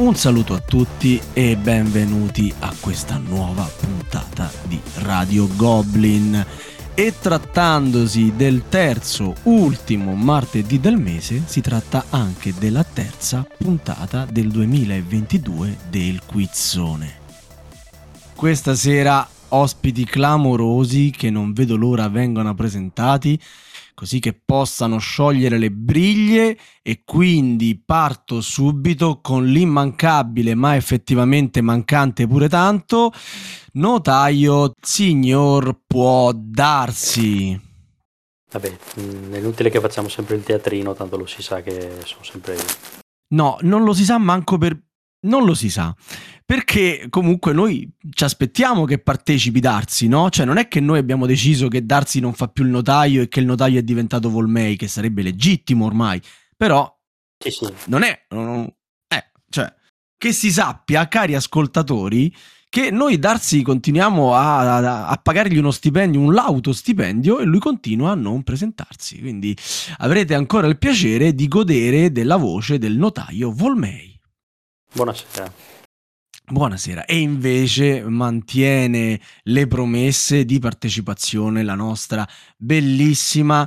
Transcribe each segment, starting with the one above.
Un saluto a tutti e benvenuti a questa nuova puntata di Radio Goblin. E trattandosi del terzo, ultimo martedì del mese, si tratta anche della terza puntata del 2022 del Quizzone. Questa sera ospiti clamorosi che non vedo l'ora vengano presentati, così che possano sciogliere le briglie, e quindi parto subito con l'immancabile, ma effettivamente mancante pure tanto, notaio signor Può Darsi. Vabbè, è inutile che facciamo sempre il teatrino, tanto lo si sa che sono sempre io. No, non lo si sa manco per... Non lo si sa, perché comunque noi ci aspettiamo che partecipi Darsi, no? Cioè non è che noi abbiamo deciso che Darsi non fa più il notaio e che il notaio è diventato Volmei, che sarebbe legittimo ormai, però Sì. non è... cioè, che si sappia, cari ascoltatori, che noi Darsi continuiamo a pagargli uno stipendio, un lauto stipendio, e lui continua a non presentarsi, quindi avrete ancora il piacere di godere della voce del notaio Volmei. Buonasera. Buonasera. E invece mantiene le promesse di partecipazione la nostra bellissima...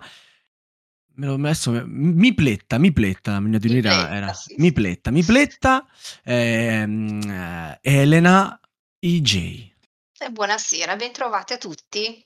Mi pletta, la miniatura era... Sì. Mi pletta, Elena EJ. Buonasera, bentrovati a tutti.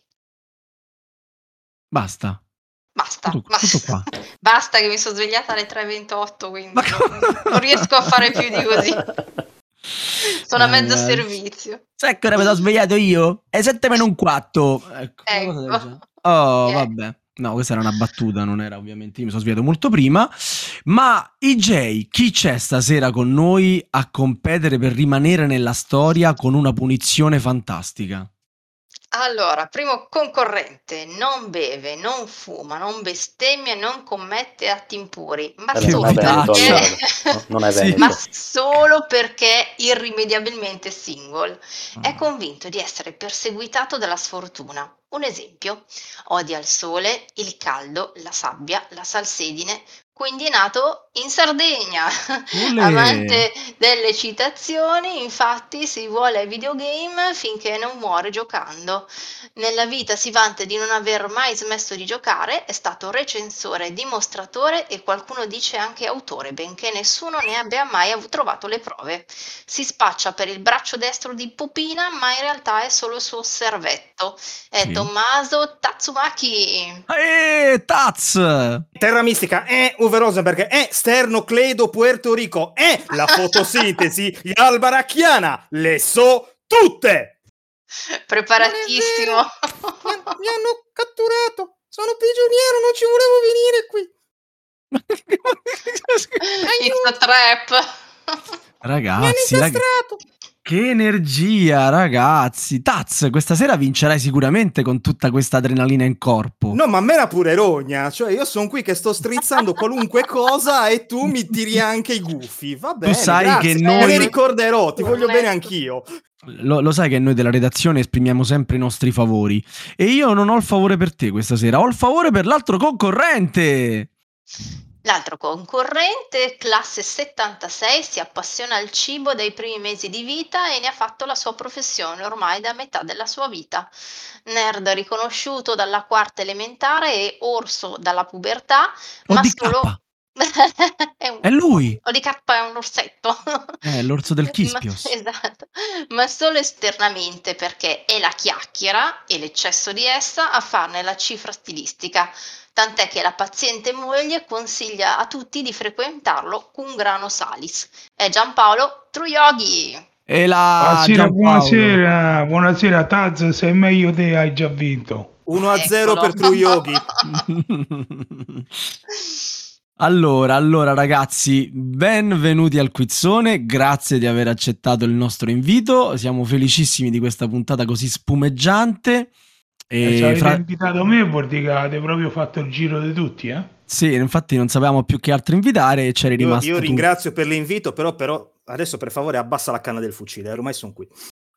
Basta. Tutto qua. Basta che mi sono svegliata alle 3:28, quindi non riesco a fare più di così. Sono a mezzo servizio. Sai che ora mi sono svegliato io? È 7:15. Ecco. Vabbè. No, questa era una battuta, non era ovviamente. Io mi sono svegliato molto prima. Ma EJ, chi c'è stasera con noi a competere per rimanere nella storia con una punizione fantastica? Allora, primo concorrente: non beve, non fuma, non bestemmia, non commette atti impuri, ma non è Sì. Veneto. ma solo perché irrimediabilmente single. È convinto di essere perseguitato dalla sfortuna. Un esempio: odia il sole, il caldo, la sabbia, la salsedine, quindi è nato in Sardegna. Olè. Amante delle citazioni, infatti si vuole ai videogame finché non muore giocando. Nella vita si vanta di non aver mai smesso di giocare, è stato recensore, dimostratore e qualcuno dice anche autore, benché nessuno ne abbia mai trovato le prove. Si spaccia per il braccio destro di Pupina, ma in realtà è solo il suo servetto. È Sì. Tommaso Tatsumaki. Taz! Terra mistica, Uwe Rosenberg, Sternocleido Puerto Rico, la fotosintesi Albaracchiana, le so tutte! Preparatissimo. Mi hanno catturato, sono prigioniero, non ci volevo venire qui. It's a trap. Ragazzi, Mi hanno incastrato. che energia, ragazzi. Taz, questa sera vincerai sicuramente con tutta questa adrenalina in corpo. No, ma a me la pure rogna, cioè io sono qui che sto strizzando qualunque cosa e tu mi tiri anche i gufi, va bene, sai grazie. che noi- Me ne ricorderò, ti voglio bene anch'io. Lo sai che noi della redazione esprimiamo sempre i nostri favori. E io non ho il favore per te questa sera, ho il favore per l'altro concorrente. L'altro concorrente, classe 76, si appassiona al cibo dai primi mesi di vita e ne ha fatto la sua professione ormai da metà della sua vita. Nerd riconosciuto dalla quarta elementare e orso dalla pubertà, ma ODK. solo... È lui. ODK è un orsetto. È l'orso del Chispios. Esatto, ma solo esternamente, perché è la chiacchiera e l'eccesso di essa a farne la cifra stilistica. Tant'è che la paziente moglie consiglia a tutti di frequentarlo cum grano salis. È Giampaolo Truioghi. E la Buonasera Taz, sei meglio te, hai già vinto. 1-0 per Truioghi. Allora ragazzi, benvenuti al Quizzone, grazie di aver accettato il nostro invito, siamo felicissimi di questa puntata così spumeggiante. Se avete invitato me vuol dire che avete proprio fatto il giro di tutti, eh? Sì, infatti non sapevamo più che altro invitare e c'eri rimasto Io tu. ringrazio per l'invito, però adesso per favore abbassa la canna del fucile, ormai sono qui.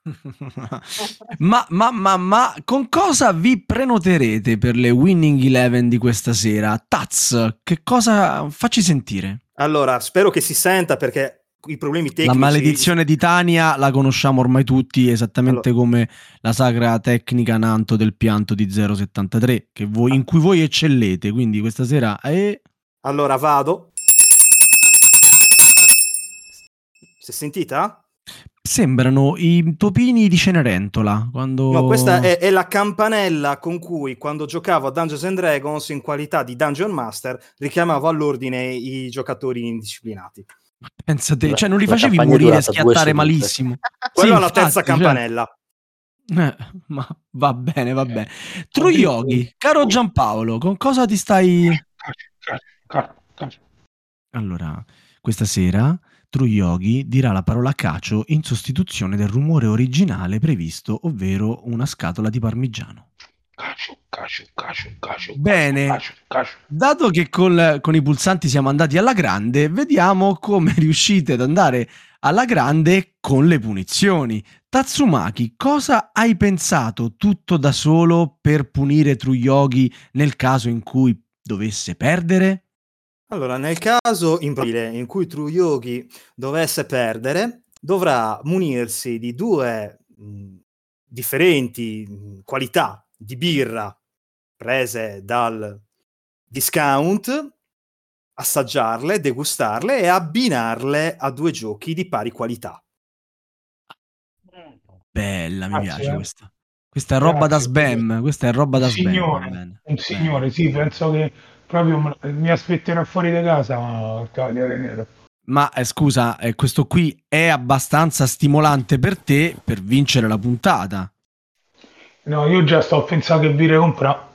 ma con cosa vi prenoterete per le Winning Eleven di questa sera? Taz, che cosa facci sentire? Allora, spero che si senta perché i problemi tecnici. La maledizione di Tania la conosciamo ormai tutti, esattamente come la sacra tecnica Nanto del pianto di 073, in cui voi eccellete, quindi questa sera Allora vado. Si è sentita? Sembrano i topini di Cenerentola. Quando... No, questa è la campanella con cui, quando giocavo a Dungeons and Dragons in qualità di Dungeon Master, richiamavo all'ordine i giocatori indisciplinati. Pensa te, cioè non li facevi morire e schiattare malissimo. Quella è la terza campanella. Ma va bene. True Yogi, caro Giampaolo, con cosa ti stai... Allora, questa sera True Yogi dirà la parola cacio in sostituzione del rumore originale previsto, ovvero una scatola di parmigiano. Cacio. Bene, dato che con i pulsanti siamo andati alla grande, vediamo come riuscite ad andare alla grande con le punizioni. Tatsumaki, cosa hai pensato tutto da solo per punire True Yogi nel caso in cui dovesse perdere? Allora, nel caso in cui True Yogi dovesse perdere, dovrà munirsi di 2 differenti qualità di birra prese dal discount, assaggiarle, degustarle e abbinarle a 2 giochi di pari qualità. Bella, mi piace questa. Questa è roba da spam. Questa è roba da spam. Un signore, sì, penso che proprio mi aspetterà fuori da casa, Cavaliere Nero. Ma scusa, questo qui è abbastanza stimolante per te per vincere la puntata? No, io già sto pensando che birre comprare.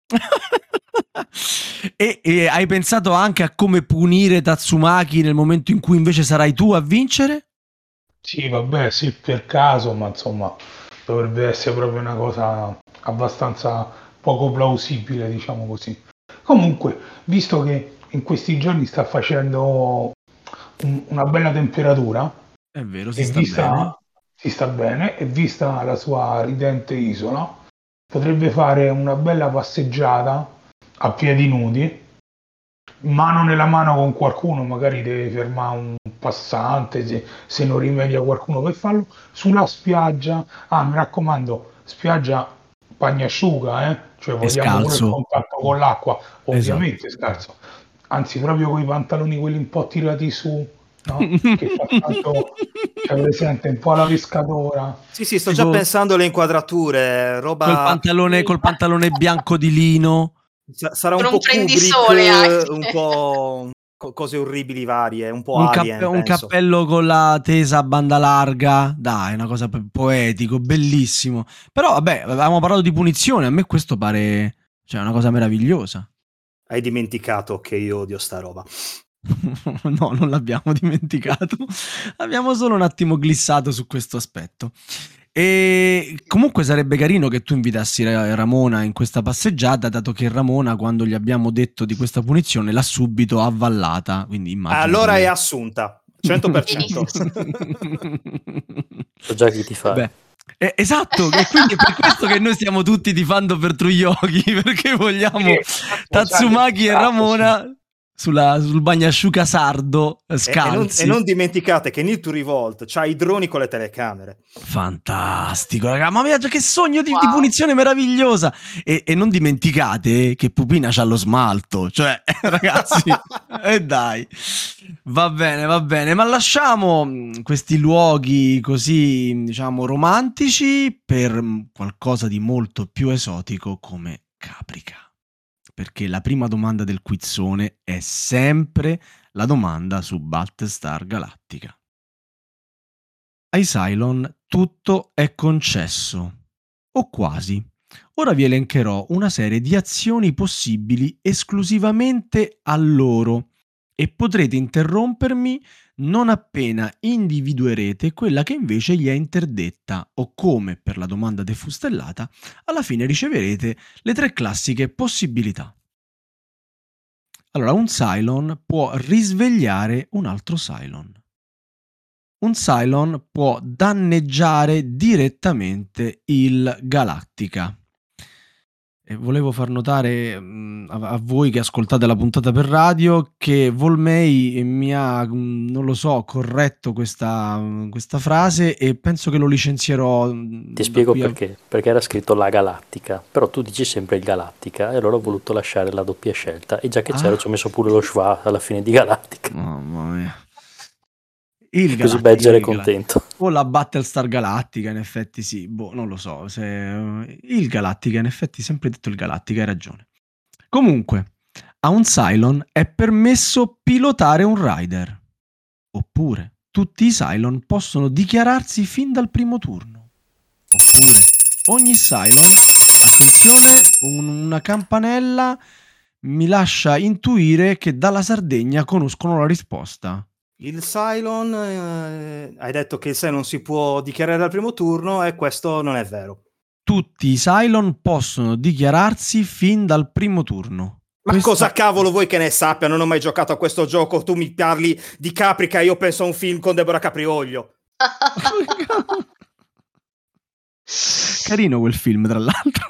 E hai pensato anche a come punire Tatsumaki nel momento in cui invece sarai tu a vincere? Sì, vabbè, sì, per caso, ma insomma dovrebbe essere proprio una cosa abbastanza poco plausibile, diciamo così. Comunque, visto che in questi giorni sta facendo una bella temperatura, è vero, si sta bene, e vista la sua ridente isola, potrebbe fare una bella passeggiata a piedi nudi, mano nella mano con qualcuno, magari deve fermare un passante se non rimedia qualcuno per farlo, sulla spiaggia. Mi raccomando, spiaggia bagnasciuga, cioè vogliamo pure il contatto con l'acqua, ovviamente scalzo, anzi proprio con i pantaloni quelli un po' tirati su, no? Che fa tanto, c'è presente un po' la pescatora. Sì, sto già pensando alle inquadrature, roba col pantalone bianco di lino. Sarà un po' Kubrick, un po' cose orribili varie, un po' Alien, un cappello con la tesa a banda larga, dai, una cosa poetico, bellissimo. Però vabbè, avevamo parlato di punizione, a me questo pare, cioè, una cosa meravigliosa. Hai dimenticato che io odio sta roba. No, non l'abbiamo dimenticato. Abbiamo solo un attimo glissato su questo aspetto. E comunque sarebbe carino che tu invitassi Ramona in questa passeggiata, dato che Ramona, quando gli abbiamo detto di questa punizione, l'ha subito avvallata. Quindi immagino allora è assunta 100%. So già chi ti fa. Beh, esatto, e quindi è per questo che noi stiamo tutti tifando per True Yogi, perché vogliamo Tatsumaki e Ramona sul bagnasciuga sardo scalzi. E non dimenticate che Need to Revolt c'ha i droni con le telecamere. Fantastico, raga, ma mia, che sogno di punizione meravigliosa. E non dimenticate che Pupina c'ha lo smalto, cioè ragazzi, dai, va bene, ma lasciamo questi luoghi così, diciamo, romantici per qualcosa di molto più esotico come Caprica. Perché la prima domanda del quizzone è sempre la domanda su Battlestar Galactica. Ai Cylon tutto è concesso, o quasi. Ora vi elencherò una serie di azioni possibili esclusivamente a loro e potrete interrompermi non appena individuerete quella che invece gli è interdetta, o come per la domanda defustellata, alla fine riceverete le 3 classiche possibilità. Allora, un Cylon può risvegliare un altro Cylon. Un Cylon può danneggiare direttamente il Galactica. volevo far notare a voi che ascoltate la puntata per radio che Volmei mi ha, non lo so, corretto questa frase e penso che lo licenzierò. Ti spiego perché. Perché era scritto la Galattica, però tu dici sempre il Galattica e allora ho voluto lasciare la doppia scelta e già che c'era ci ho messo pure lo schwa alla fine di Galattica. Mamma mia. Così Badger è contento. O la Battlestar Galactica, in effetti sì, non lo so. Il Galactica, in effetti sempre detto il Galactica, hai ragione. Comunque, a un Cylon è permesso pilotare un Rider. Oppure, tutti i Cylon possono dichiararsi fin dal primo turno. Oppure, ogni Cylon, attenzione, una campanella mi lascia intuire che dalla Sardegna conoscono la risposta. Il Cylon, hai detto che il Cylon si può dichiarare al primo turno e questo non è vero. Tutti i Cylon possono dichiararsi fin dal primo turno. Ma cosa cavolo vuoi che ne sappia? Non ho mai giocato a questo gioco, tu mi parli di Caprica e io penso a un film con Deborah Caprioglio. Carino quel film, tra l'altro.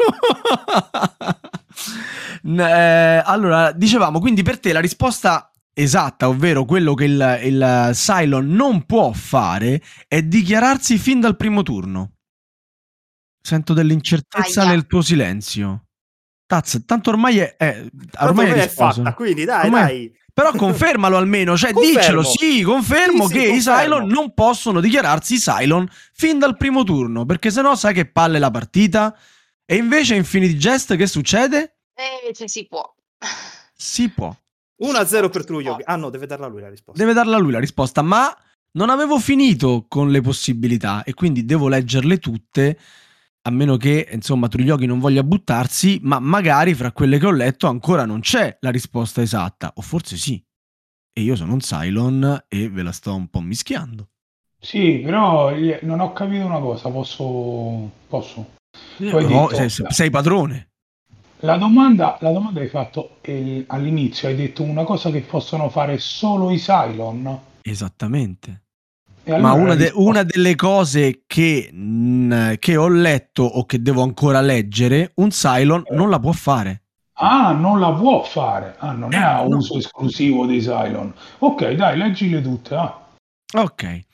Allora, dicevamo, quindi per te la risposta esatta, ovvero quello che il Cylon non può fare, è dichiararsi fin dal primo turno. Sento dell'incertezza nel tuo silenzio. Taz, tanto ormai è fatta, quindi dai. Però confermalo almeno, cioè dicelo, sì, confermo che i Cylon non possono dichiararsi Cylon fin dal primo turno, perché sennò sai che palle la partita. E invece Infinity Jest che succede? Invece si può. Si può. 1-0 per True Yogi. Ah no, deve darla lui la risposta. Deve darla lui la risposta, ma non avevo finito con le possibilità e quindi devo leggerle tutte, a meno che, insomma, True Yogi non voglia buttarsi, ma magari fra quelle che ho letto ancora non c'è la risposta esatta, o forse sì. E io sono un Cylon e ve la sto un po' mischiando. Sì, però non ho capito una cosa, posso? No, sei padrone. La domanda hai fatto all'inizio, hai detto una cosa che possono fare solo i Cylon. Esattamente. Allora ma una delle cose che ho letto o che devo ancora leggere, un Cylon non la può fare. Ah, non la può fare. Ah, non è a uso esclusivo dei Cylon. Ok, dai, leggile tutte. Ok.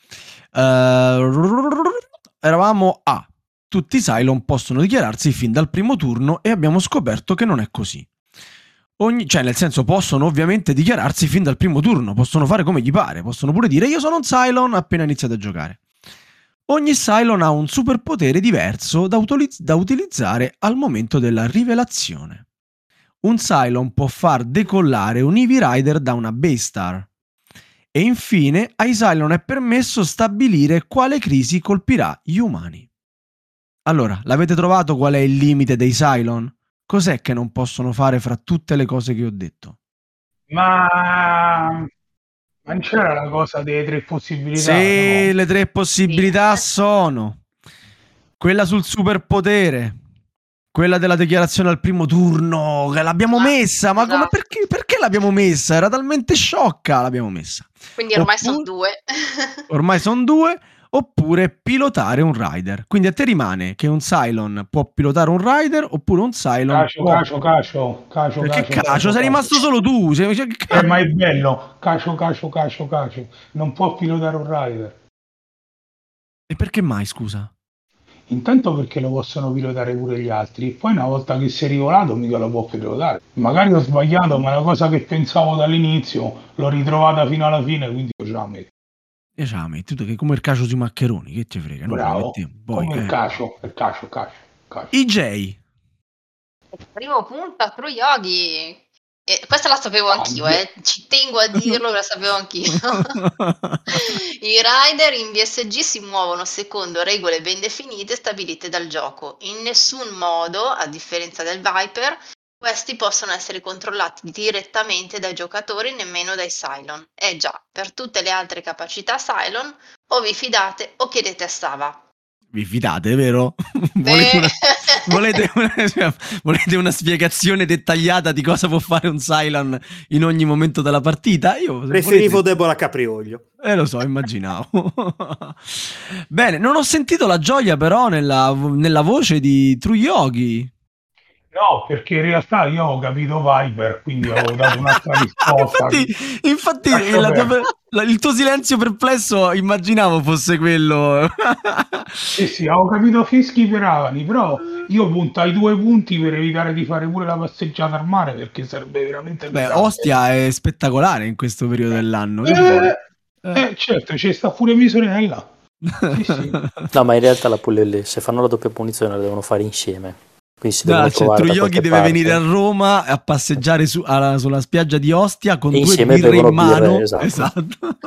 Eravamo a tutti i Cylon possono dichiararsi fin dal primo turno e abbiamo scoperto che non è così. Cioè, nel senso, possono ovviamente dichiararsi fin dal primo turno, possono fare come gli pare, possono pure dire io sono un Cylon appena iniziate a giocare. Ogni Cylon ha un superpotere diverso da utilizzare al momento della rivelazione. Un Cylon può far decollare un Eevee Rider da una Base Star. E infine, ai Cylon è permesso stabilire quale crisi colpirà gli umani. Allora, l'avete trovato qual è il limite dei Cylon? Cos'è che non possono fare fra tutte le cose che ho detto? Ma non c'era la cosa delle 3 possibilità? Sì, no? Le 3 possibilità sono quella sul superpotere, quella della dichiarazione al primo turno, che l'abbiamo messa, ma come, perché l'abbiamo messa? Era talmente sciocca, l'abbiamo messa. Quindi ormai sono 2. Ormai sono 2. Oppure pilotare un Rider. Quindi a te rimane che un Cylon può pilotare un Rider oppure un Cylon Cacio. Perché Cacio? Sei rimasto solo tu. Ma è bello. Cacio. Non può pilotare un Rider. E perché mai, scusa? Intanto perché lo possono pilotare pure gli altri. Poi una volta che si è rivolato mica lo può pilotare. Magari ho sbagliato, ma è una cosa che pensavo dall'inizio. L'ho ritrovata fino alla fine, quindi ce la metto. Tu che come il Cacio sui maccheroni, che ti frega? Bravo, come il Cacio. EJ. Primo punto a True Yogi. Questa la sapevo anch'io, ci tengo a dirlo, la sapevo anch'io. I rider in BSG si muovono secondo regole ben definite e stabilite dal gioco. In nessun modo, a differenza del Viper, questi possono essere controllati direttamente dai giocatori, nemmeno dai Cylon. Già, per tutte le altre capacità Cylon, o vi fidate o chiedete a Sava. Vi fidate, vero? Volete una spiegazione dettagliata di cosa può fare un Cylon in ogni momento della partita? Io preferivo Deborah Caprioglio. Lo so, immaginavo. Bene, non ho sentito la gioia però nella voce di True Yogi. No, perché in realtà io ho capito Viper, quindi avevo dato un'altra risposta. infatti Lascia perdere. il tuo silenzio perplesso immaginavo fosse quello. Sì, avevo capito fischi per Avani, però io punto ai 2 punti per evitare di fare pure la passeggiata al mare, perché sarebbe veramente Beh, pesante. Ostia è spettacolare in questo periodo dell'anno, che vuoi? Certo, c'è sta pure mia sorella. Sì. No, ma in realtà se fanno la doppia punizione la devono fare insieme. Quindi si No, devono cioè, trovare da Trujoghi qualche deve parte. venire a Roma a passeggiare sulla spiaggia di Ostia con E 2 insieme birre in bevono mano. birre, esatto.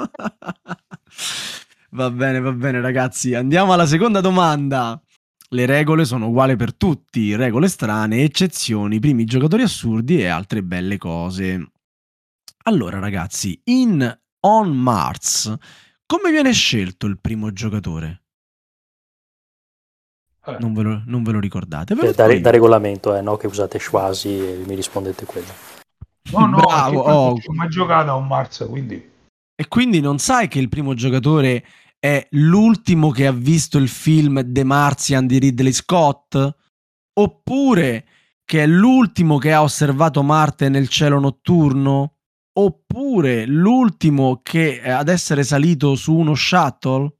Va bene, ragazzi. Andiamo alla seconda domanda. Le regole sono uguali per tutti, regole strane, eccezioni, primi giocatori assurdi e altre belle cose. Allora, ragazzi, in On Mars, come viene scelto il primo giocatore? Non ve lo ricordate? Ve lo Da, dico io. da regolamento, no? Che usate Schwasi e mi rispondete quello. No, Bravo. che tanto ci ho mai giocato a un Mars, quindi... E quindi non sai che il primo giocatore è l'ultimo che ha visto il film The Martian di Ridley Scott? Oppure che è l'ultimo che ha osservato Marte nel cielo notturno? Oppure l'ultimo che ad essere salito su uno shuttle?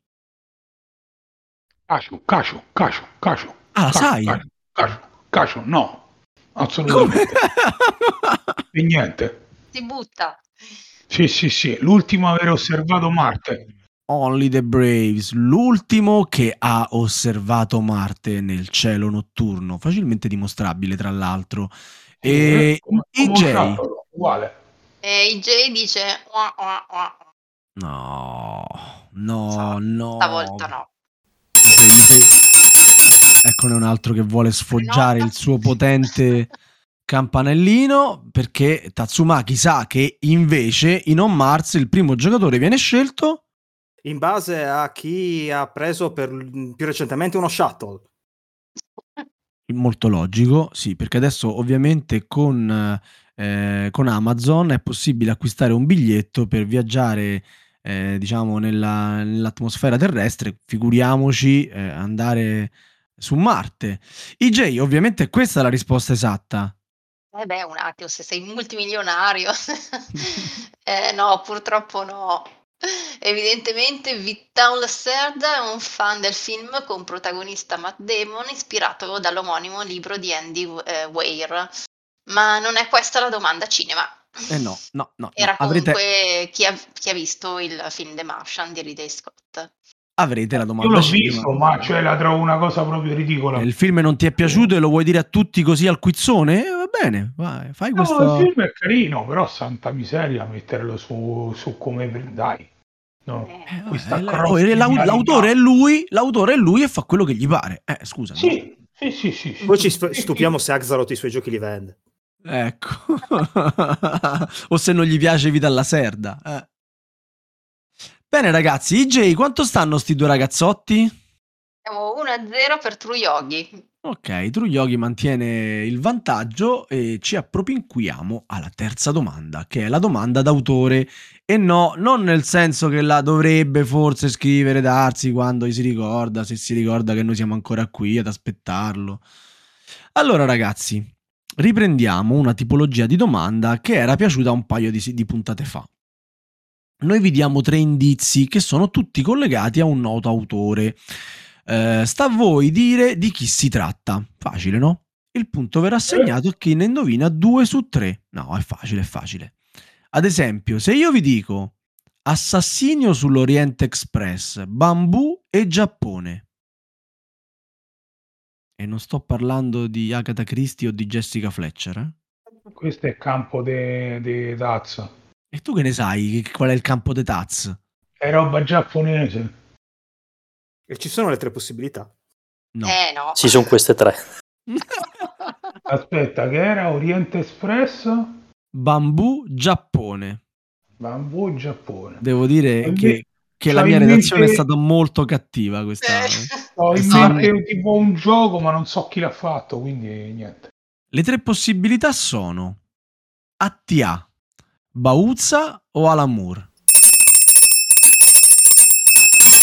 Cacio. Ah, sai? Cacio, no, Come? assolutamente. E niente. Si butta. Sì, l'ultimo a aver osservato Marte. Only the Braves, l'ultimo che ha osservato Marte nel cielo notturno, facilmente dimostrabile tra l'altro. E Come un EJ? shuttle, uguale. E IJ dice "Ua, ua, ua". No. Stavolta no. Eccone un altro che vuole sfoggiare Nota. il suo potente campanellino, perché Tatsumaki sa che invece in On Mars il primo giocatore viene scelto In base a chi ha preso più recentemente uno shuttle. molto logico, sì, perché adesso ovviamente con Amazon è possibile acquistare un biglietto per viaggiare diciamo nell'atmosfera terrestre, figuriamoci andare su Marte. EJ, ovviamente questa è la risposta esatta. Beh, un attimo, se sei multimilionario. No, purtroppo no. Evidentemente Victor Lacerda è un fan del film con protagonista Matt Damon, ispirato dall'omonimo libro di Andy Weir. Ma non è questa la domanda cinema. No. Era Avrete comunque chi ha visto il film The Martian di Ridley Scott. la Io domanda l'ho cinema. visto, ma cioè la trovo una cosa proprio ridicola. Il film non ti è piaciuto e lo vuoi dire a tutti così al quizzone? Va bene, vai, fai No, questo. il film è carino, però santa miseria metterlo su come... Dai. No, questa L'autore è lui e fa quello che gli pare. Scusami. Sì. Poi ci stupiamo se Axalot i suoi giochi li vende. Ecco. O se non gli piace Vita alla Serda. Bene ragazzi, EJ, quanto stanno sti due ragazzotti? Siamo 1-0 per True Yogi. Ok, Trujoghi mantiene il vantaggio e ci appropinquiamo alla terza domanda, che è la domanda d'autore. E no, non nel senso che la dovrebbe forse scrivere Darsi quando si ricorda, se si ricorda che noi siamo ancora qui ad aspettarlo. Allora ragazzi, riprendiamo una tipologia di domanda che era piaciuta un paio di puntate fa. Noi vi diamo 3 indizi che sono tutti collegati a un noto autore. Sta a voi dire di chi si tratta. Facile, no? Il punto verrà assegnato a chi ne indovina 2 su 3. No, è facile. Ad esempio, se io vi dico Assassinio sull'Orient Express, Bambù e Giappone. E non sto parlando di Agatha Christie o di Jessica Fletcher. Questo è campo di Taz. E tu che ne sai qual è il campo dei Taz? È roba giapponese. E ci sono le 3 possibilità. No. No. Ci sono queste 3. Aspetta, che era Oriente Express? Bambù, Giappone. Bambù, Giappone. Devo dire che la mia redazione è stata molto cattiva questa. Ho in mente tipo un gioco, ma non so chi l'ha fatto, quindi niente. Le 3 possibilità sono Attia, Bauzza o Alamur.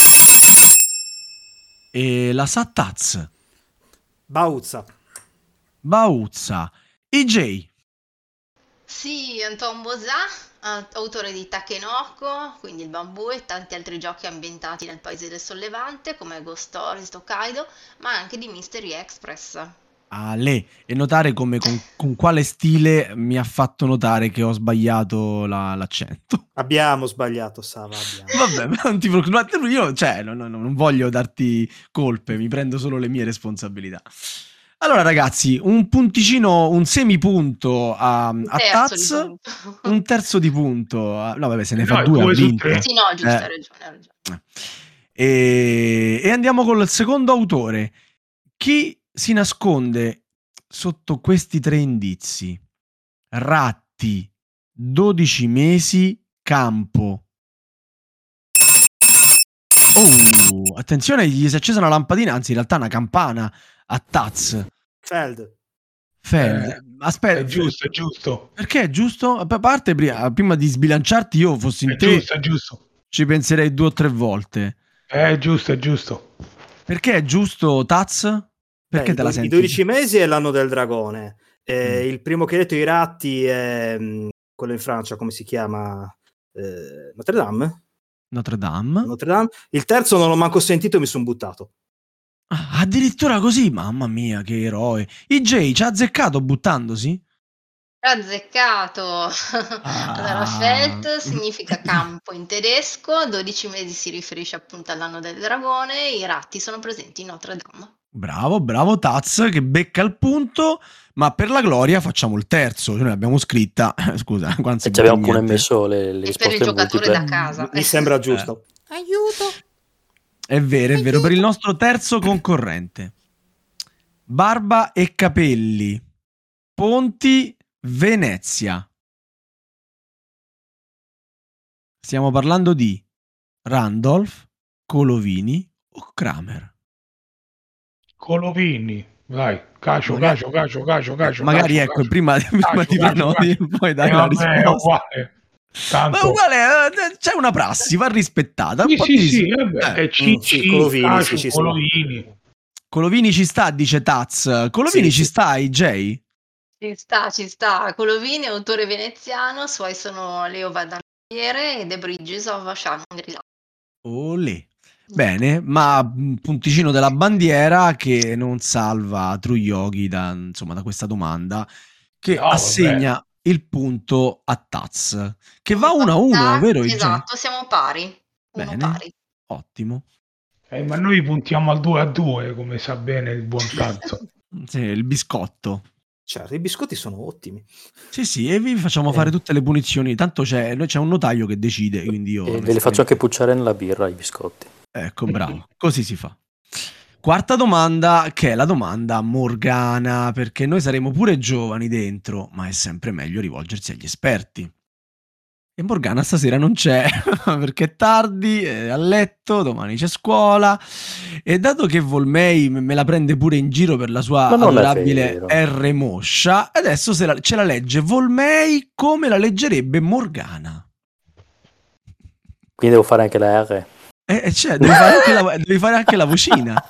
E la sa Taz. Bauzza. Bauzza. EJ. Sì, Anton Bozà, autore di Takenoko, quindi il bambù e tanti altri giochi ambientati nel paese del Sollevante come Ghost Stories, Tokaido, ma anche di Mystery Express. E notare come con quale stile mi ha fatto notare che ho sbagliato l'accento. Abbiamo sbagliato, Sava, abbiamo. Vabbè, non ti preoccupare, io non voglio darti colpe, mi prendo solo le mie responsabilità. Allora ragazzi, un punticino, un semipunto a Taz, un terzo di punto. No vabbè, se ne fa 2 ha vinto. Sì, no, giusto, hai ragione. E andiamo col secondo autore. Chi si nasconde sotto questi 3 indizi? Ratti, 12 mesi, campo. Oh, attenzione, gli si è accesa una lampadina, anzi in realtà una campana a Taz. Feld. Aspetta, è giusto. Perché è giusto? A parte prima di sbilanciarti, io fossi in te, è giusto. Ci penserei 2 o 3 volte. È giusto. Perché è giusto, Taz? Perché te la senti? I 12 mesi è l'anno del dragone. Il primo che hai detto, i ratti, è quello in Francia, come si chiama? Notre Dame. Il terzo non l'ho manco sentito, mi sono buttato. Ah, addirittura così? Mamma mia, che eroe. EJ ci ha azzeccato buttandosi? Azzeccato. Allora, Feld significa campo in tedesco, 12 mesi si riferisce appunto all'anno del dragone, i ratti sono presenti in Notre Dame. Bravo Taz, che becca il punto, ma per la gloria facciamo il terzo, noi l'abbiamo scritta, scusa. E ci abbiamo pure messo le risposte per il giocatore da casa. Mi sembra giusto. Aiuto! È vero, per il nostro terzo concorrente. Barba e capelli, Ponti, Venezia. Stiamo parlando di Randolph, Colovini o Kramer? Colovini, vai, cacio. Magari cacio, ecco, prima ti prenoti, poi dai la risposta. È uguale. Tanto. Ma uguale, c'è una prassi, va rispettata. Sì, Colovini. Colovini ci sta, dice Taz. Colovini ci sta, EJ? Ci sta. Colovini, autore veneziano, suoi sono Leo Vadaliere e The Bridges of Shangri-La. Olè. Bene, ma punticino della bandiera che non salva True Yogi da questa domanda, che assegna il punto a Taz, che va 1-1, vero? Esatto, siamo pari. Bene, pari. Ottimo. Ma noi puntiamo al 2-2, come sa bene il buon Taz. Sì, il biscotto. Certo, i biscotti sono ottimi. Sì, e vi facciamo fare tutte le punizioni. Tanto c'è un notaio che decide, quindi io... E ve li faccio anche pucciare nella birra, i biscotti. Ecco, bravo. Così si fa. Quarta domanda, che è la domanda Morgana, perché noi saremo pure giovani dentro, ma è sempre meglio rivolgersi agli esperti. E Morgana stasera non c'è, perché è tardi, è a letto, domani c'è scuola, e dato che Volmei me la prende pure in giro per la sua adorabile R moscia, adesso ce la legge Volmei come la leggerebbe Morgana. Quindi devo fare anche la R? Devi fare anche la vocina.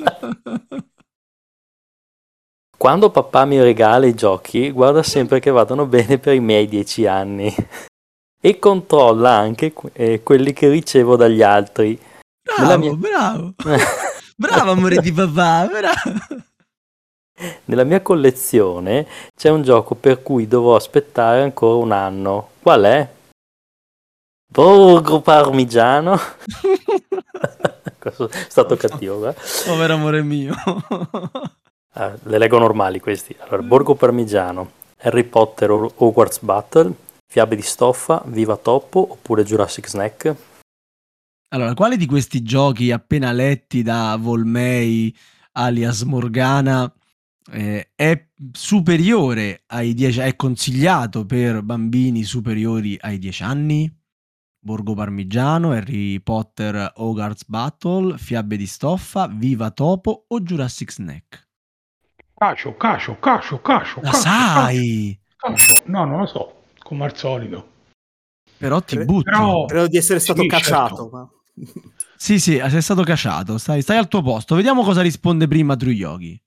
Quando papà mi regala i giochi, guarda sempre che vadano bene per i miei 10 anni. E controlla anche quelli che ricevo dagli altri. Bravo. Bravo amore di papà, bravo. Nella mia collezione c'è un gioco per cui dovrò aspettare ancora un anno. Qual è? Borgo Parmigiano. È stato cattivo, povero amore mio. Le leggo normali questi. Allora, Borgo Parmigiano, Harry Potter Hogwarts Battle, Fiabe di stoffa, Viva Toppo oppure Jurassic Snack? Allora, quale di questi giochi appena letti da Volmei alias Morgana è superiore ai 10, è consigliato per bambini superiori ai 10 anni? Borgo Parmigiano, Harry Potter Hogwarts Battle, Fiabe di stoffa, Viva Topo o Jurassic Snack? Cacio. La sai? Cacio. No, non lo so. Come al solito. Però ti butto. Credo di essere stato cacciato. Certo. Sì, sei stato cacciato. Stai al tuo posto. Vediamo cosa risponde prima True Yogi.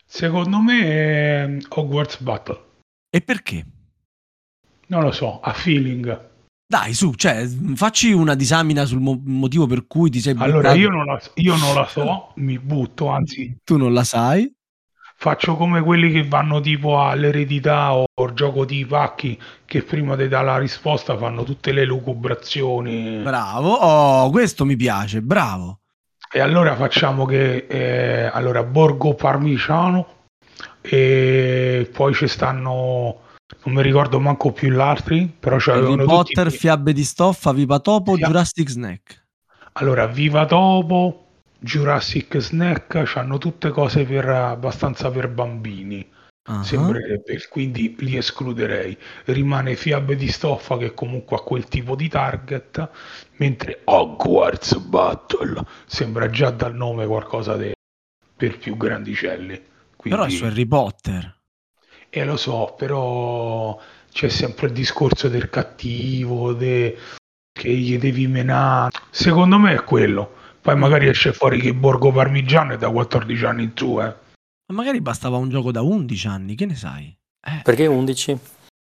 Secondo me è Hogwarts Battle. E perché? Non lo so, a feeling. Dai, su, cioè, facci una disamina sul motivo per cui ti sei Allora, buttato. io non la so, mi butto, anzi, Tu non la sai? faccio come quelli che vanno tipo all'eredità o al gioco di pacchi che prima di dare la risposta fanno tutte le lucubrazioni. Bravo. Oh, questo mi piace, bravo. E allora facciamo che allora Borgo Parmigiano e poi ci stanno, non mi ricordo manco più gli altri, però Harry c'avevano tutti. Potter, Fiabe di stoffa, Viva Topo, Sì. Jurassic Snack. Allora, Viva Topo, Jurassic Snack, c'hanno tutte cose abbastanza per bambini. Ah. Sembrerebbe, quindi li escluderei. Rimane Fiabe di stoffa che comunque ha quel tipo di target, mentre Hogwarts Battle sembra già dal nome qualcosa per più grandicelli. Però è su Harry Potter. Lo so, però c'è sempre il discorso del cattivo, che gli devi menare. Secondo me è quello. Poi magari esce fuori che Borgo Parmigiano è da 14 anni in su, Ma magari bastava un gioco da 11 anni, che ne sai? Perché 11?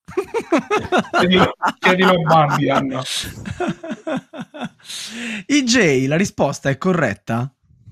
Chiedilo a Bambi, Anna. IJ, la risposta è corretta?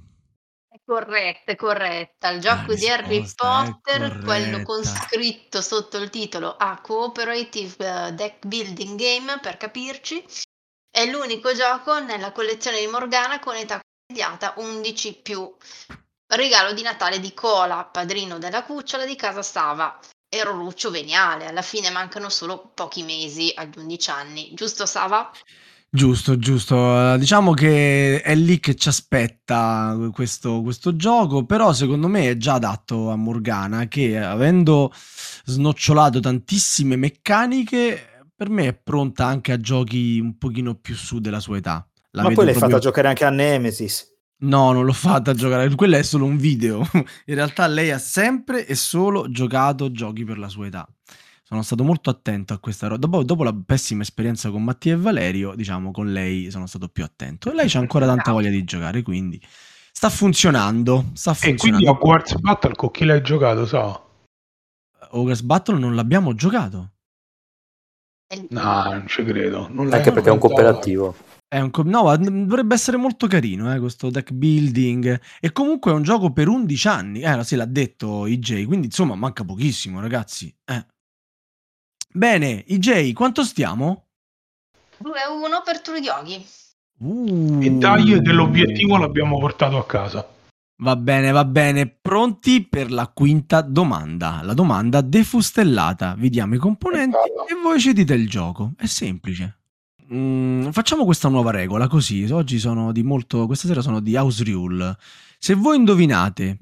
È corretta. Il gioco di Harry risposta è Potter, quello con corretta. scritto sotto il titolo A Cooperative Deck Building Game, per capirci, è l'unico gioco nella collezione di Morgana con età immediata 11+. Regalo di Natale di Cola, padrino della cucciola di casa Sava. Eroruccio veniale, alla fine mancano solo pochi mesi agli 11 anni. Giusto, Sava? Giusto. Diciamo che è lì che ci aspetta questo gioco, però secondo me è già adatto a Morgana, che avendo snocciolato tantissime meccaniche, per me è pronta anche a giochi un pochino più su della sua età. La Ma vedo poi l'hai proprio... fatta giocare anche a Nemesis. No, non l'ho fatta giocare, quella è solo un video. In realtà lei ha sempre e solo giocato giochi per la sua età. Sono stato molto attento a questa roba. Dopo la pessima esperienza con Mattia e Valerio, diciamo, con lei sono stato più attento. E lei c'ha ancora tanta voglia di giocare, quindi sta funzionando. E quindi Hogwarts Battle con chi l'hai giocato, so? Hogwarts Battle non l'abbiamo giocato. No, non ci credo. Anche perché è un cooperativo. No, dovrebbe essere molto carino, questo deck building. E comunque è un gioco per 11 anni. Sì, l'ha detto IJ, quindi insomma manca pochissimo, ragazzi. Bene, IJ, quanto stiamo? 2-1 per True Yogi. E dai, dell'obiettivo l'abbiamo portato a casa. Va bene. Pronti per la quinta domanda. La domanda defustellata. Vi diamo i componenti e voi ci dite il gioco. È semplice. Facciamo questa nuova regola così. Oggi sono questa sera sono di House Rule. Se voi indovinate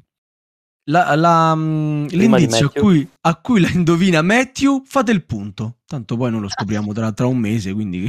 l'indizio a cui la indovina Matthew, fate il punto. Tanto poi noi lo scopriamo tra un mese, quindi...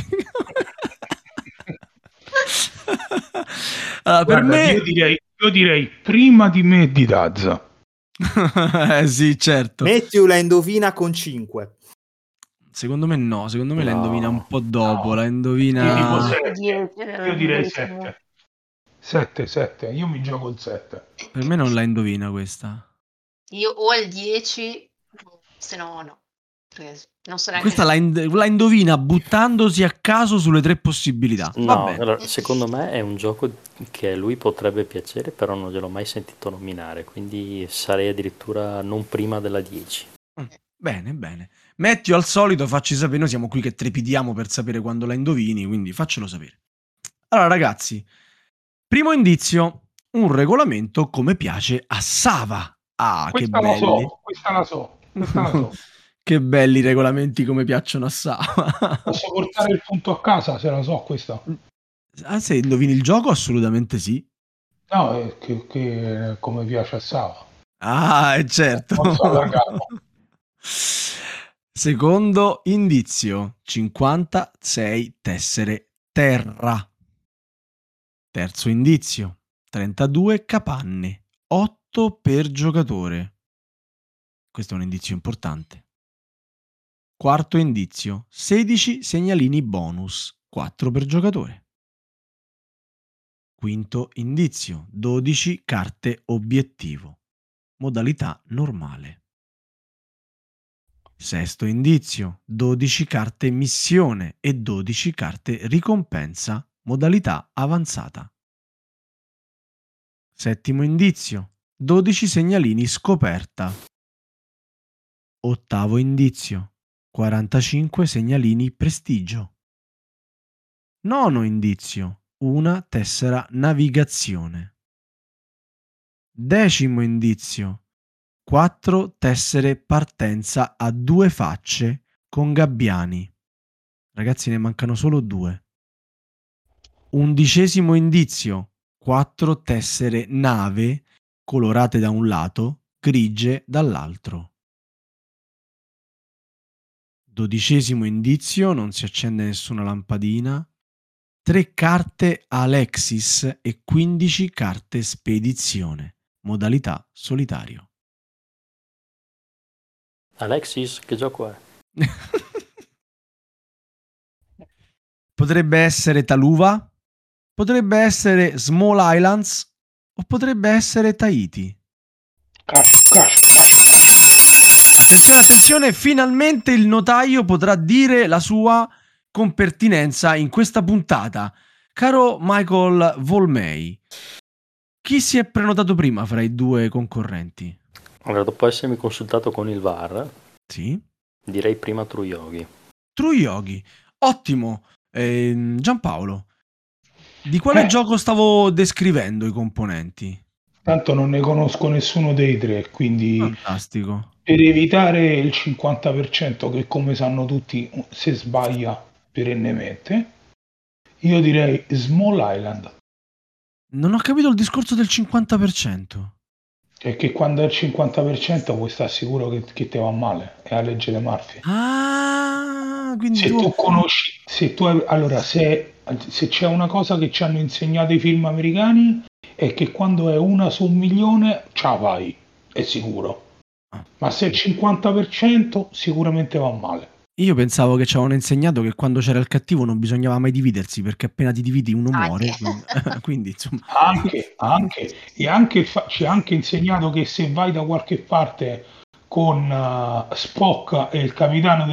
Allora, per me... Io direi prima di me di Dazza. Sì, certo. Matthew la indovina con 5. Secondo me no, secondo me la indovina un po' dopo, la indovina... Io direi 7. 7. Io mi gioco il 7. Per me non la indovina questa. Io o il 10, se no. Non so neanche. Questa la indovina buttandosi a caso sulle 3 possibilità. No, allora, secondo me è un gioco che a lui potrebbe piacere, però non gliel'ho mai sentito nominare, quindi sarei addirittura non prima della 10. Bene. Matthew, al solito facci sapere, noi siamo qui che trepidiamo per sapere quando la indovini, quindi faccelo sapere. Allora ragazzi, primo indizio, un regolamento come piace a Sava. Questa che belli. Questa la so. Che belli regolamenti come piacciono a Sava. Posso portare il punto a casa se la so questa? Se indovini il gioco assolutamente sì. No, è che come piace a Sava. Certo. Secondo indizio, 56 tessere terra. Terzo indizio, 32 capanne, 8 per giocatore. Questo è un indizio importante. Quarto indizio, 16 segnalini bonus, 4 per giocatore. Quinto indizio, 12 carte obiettivo. modalità normale. Sesto indizio, 12 carte missione e 12 carte ricompensa, modalità avanzata. Settimo indizio, 12 segnalini scoperta. Ottavo indizio, 45 segnalini prestigio. Nono indizio, una tessera navigazione. Decimo indizio, 4 tessere partenza a 2 facce con gabbiani. Ragazzi, ne mancano solo 2. Undicesimo indizio, 4 tessere nave colorate da un lato, grigie dall'altro. Dodicesimo indizio, non si accende nessuna lampadina. 3 carte Alexis e 15 carte spedizione, modalità solitario. Alexis, che gioco è? Potrebbe essere Taluva, potrebbe essere Small Islands o potrebbe essere Tahiti. Attenzione, attenzione, finalmente il notaio potrà dire la sua con pertinenza in questa puntata. Caro Michael Volmei, chi si è prenotato prima fra i due concorrenti? Allora, dopo essermi consultato con il VAR, Sì. direi prima True Yogi. True Yogi, ottimo. Giampaolo, di quale gioco stavo descrivendo i componenti? Tanto non ne conosco nessuno dei tre, quindi Fantastico. per evitare il 50% che, come sanno tutti, si sbaglia perennemente, io direi Small Island. Non ho capito il discorso del 50%. È che quando è il 50% puoi stare sicuro che te va male, è la legge di Murphy. Ah, quindi Se tu conosci, allora se c'è una cosa che ci hanno insegnato i film americani è che quando è 1 su 1.000.000 ce la fai, è sicuro. Ma se è il 50% sicuramente va male. Io pensavo che ci avevano insegnato che quando c'era il cattivo non bisognava mai dividersi, perché appena ti dividi uno muore. Quindi insomma. Anche. Ci ha anche insegnato che se vai da qualche parte con Spock e il capitano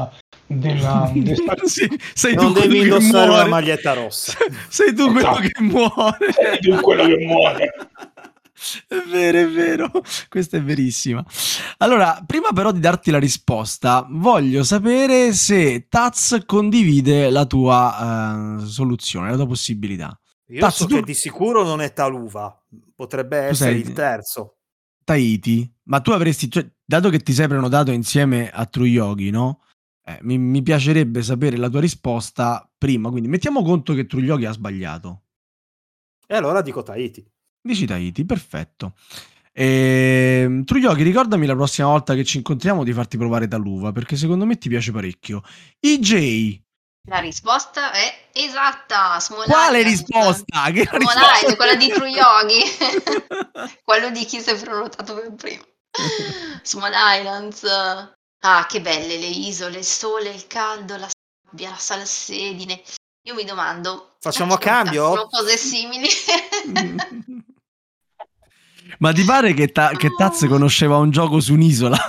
sì, sei non tu devi indossare una muore. maglietta rossa. Sei tu quello che muore. Sei tu quello che muore. È vero, questa è verissima. Allora, prima però di darti la risposta, voglio sapere se Taz condivide la tua soluzione, la tua possibilità. Io Taz, so che di sicuro non è Taluva, potrebbe essere il terzo. Tahiti, ma tu avresti, cioè, dato che ti sei prenotato insieme a True Yogi, no? Mi piacerebbe sapere la tua risposta prima, quindi mettiamo conto che True Yogi ha sbagliato. E allora dico Tahiti. Dici Tahiti, perfetto. True Yogi, ricordami la prossima volta che ci incontriamo di farti provare Taluva, perché secondo me ti piace parecchio. EJ. La risposta è esatta. Quale risposta? Che risposta? Quella di True Yogi. Quello di chi si è prenotato per prima. Small Islands. Ah, che belle le isole, il sole, il caldo, la sabbia, la salsedine. Io mi domando, facciamo a cambio? Sono cose simili. Ma ti pare che Taz conosceva un gioco su un'isola?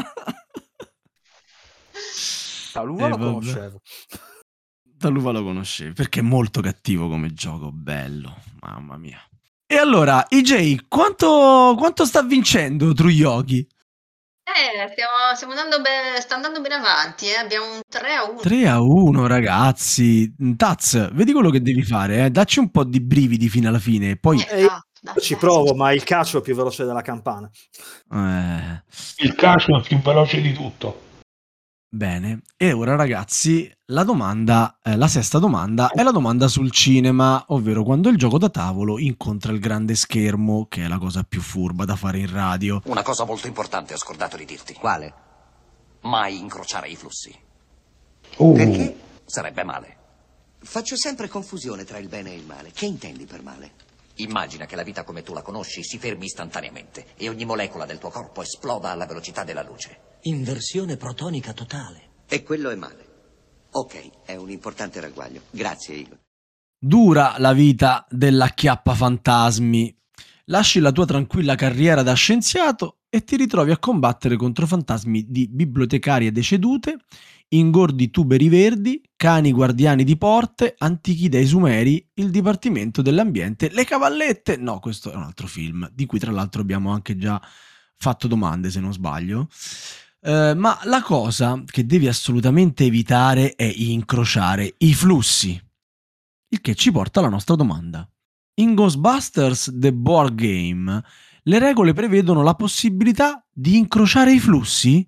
Taluva lo conoscevo. Taluva lo conoscevi, perché è molto cattivo come gioco, bello, mamma mia. E allora, EJ, quanto sta vincendo True Yogi? Stiamo andando bene, sta andando bene avanti, abbiamo un 3-1. 3-1, ragazzi. Taz, vedi quello che devi fare, dacci un po' di brividi fino alla fine, poi ci provo, ma il calcio è più veloce della campana. Il calcio è più veloce di tutto. Bene, e ora ragazzi, la sesta domanda è la domanda sul cinema, ovvero quando il gioco da tavolo incontra il grande schermo, che è la cosa più furba da fare in radio. Una cosa molto importante ho scordato di dirti. Quale? Mai incrociare i flussi. Perché? Sarebbe male. Faccio sempre confusione tra il bene e il male. Che intendi per male? Immagina che la vita come tu la conosci si fermi istantaneamente e ogni molecola del tuo corpo esploda alla velocità della luce. Inversione protonica totale. E quello è male. Ok, è un importante ragguaglio. Grazie, Igor. Dura la vita dell'acchiappafantasmi. Lasci la tua tranquilla carriera da scienziato e ti ritrovi a combattere contro fantasmi di bibliotecarie decedute, ingordi tuberi verdi, cani guardiani di porte, antichi dei sumeri, il Dipartimento dell'Ambiente, le cavallette. No, questo è un altro film, di cui tra l'altro abbiamo anche già fatto domande, se non sbaglio. Ma la cosa che devi assolutamente evitare è incrociare i flussi. Il che ci porta alla nostra domanda. In Ghostbusters The Board Game, le regole prevedono la possibilità di incrociare i flussi?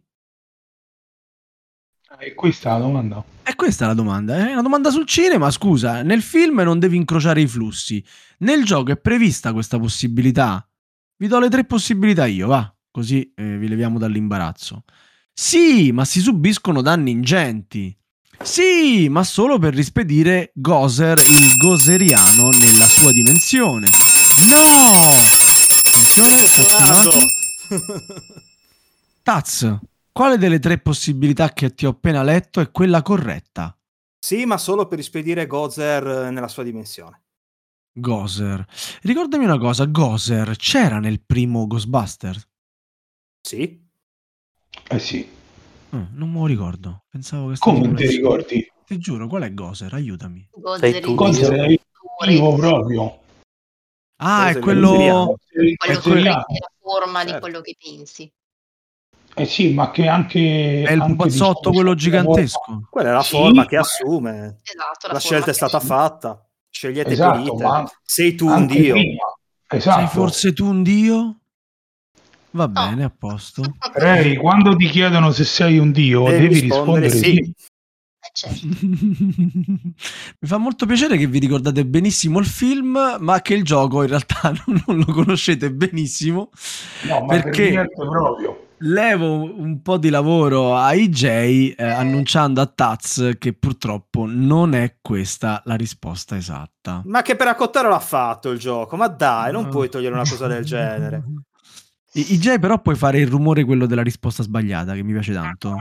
E questa è la domanda. E questa è la domanda. È una domanda sul cinema, scusa. Nel film non devi incrociare i flussi. Nel gioco è prevista questa possibilità? Vi do le 3 possibilità io, va. Così vi leviamo dall'imbarazzo. Sì, ma si subiscono danni ingenti. Sì, ma solo per rispedire Gozer, il goseriano, nella sua dimensione. No! Attenzione, Taz, quale delle 3 possibilità che ti ho appena letto è quella corretta? Sì, ma solo per rispedire Gozer nella sua dimensione. Gozer. Ricordami una cosa, Gozer c'era nel primo Ghostbusters? Sì. Sì. Non me lo ricordo. Pensavo che stavo... Come non ti ricordi? Ti giuro, qual è Gozer? Aiutami. Sei tu. Gozer è vivo proprio. Ah, Gozer è quello... Quello che Gozer- prende la forma di Certo. quello che pensi. sì, ma che anche... È il anche, pupazzotto diciamo, quello c'è la gigantesco. Quella è la Sì, forma che ma- assume. Esatto, La forma scelta è che stata assume. fatta. Scegliete Esatto, Pelite. ma Sei tu un anche dio. prima. Sei Esatto. forse tu un dio? Va bene, a posto. Ray, quando ti chiedono se sei un dio, devi rispondere sì. Certo. Mi fa molto piacere che vi ricordate benissimo il film, ma che il gioco in realtà non lo conoscete benissimo. No, ma per perché niente proprio. levo un po' di lavoro a IJ annunciando a Taz che purtroppo non è questa la risposta esatta. Ma che per accottare l'ha fatto il gioco. Ma dai, non puoi togliere una cosa del genere. IJ però puoi fare il rumore quello della risposta sbagliata, che mi piace tanto.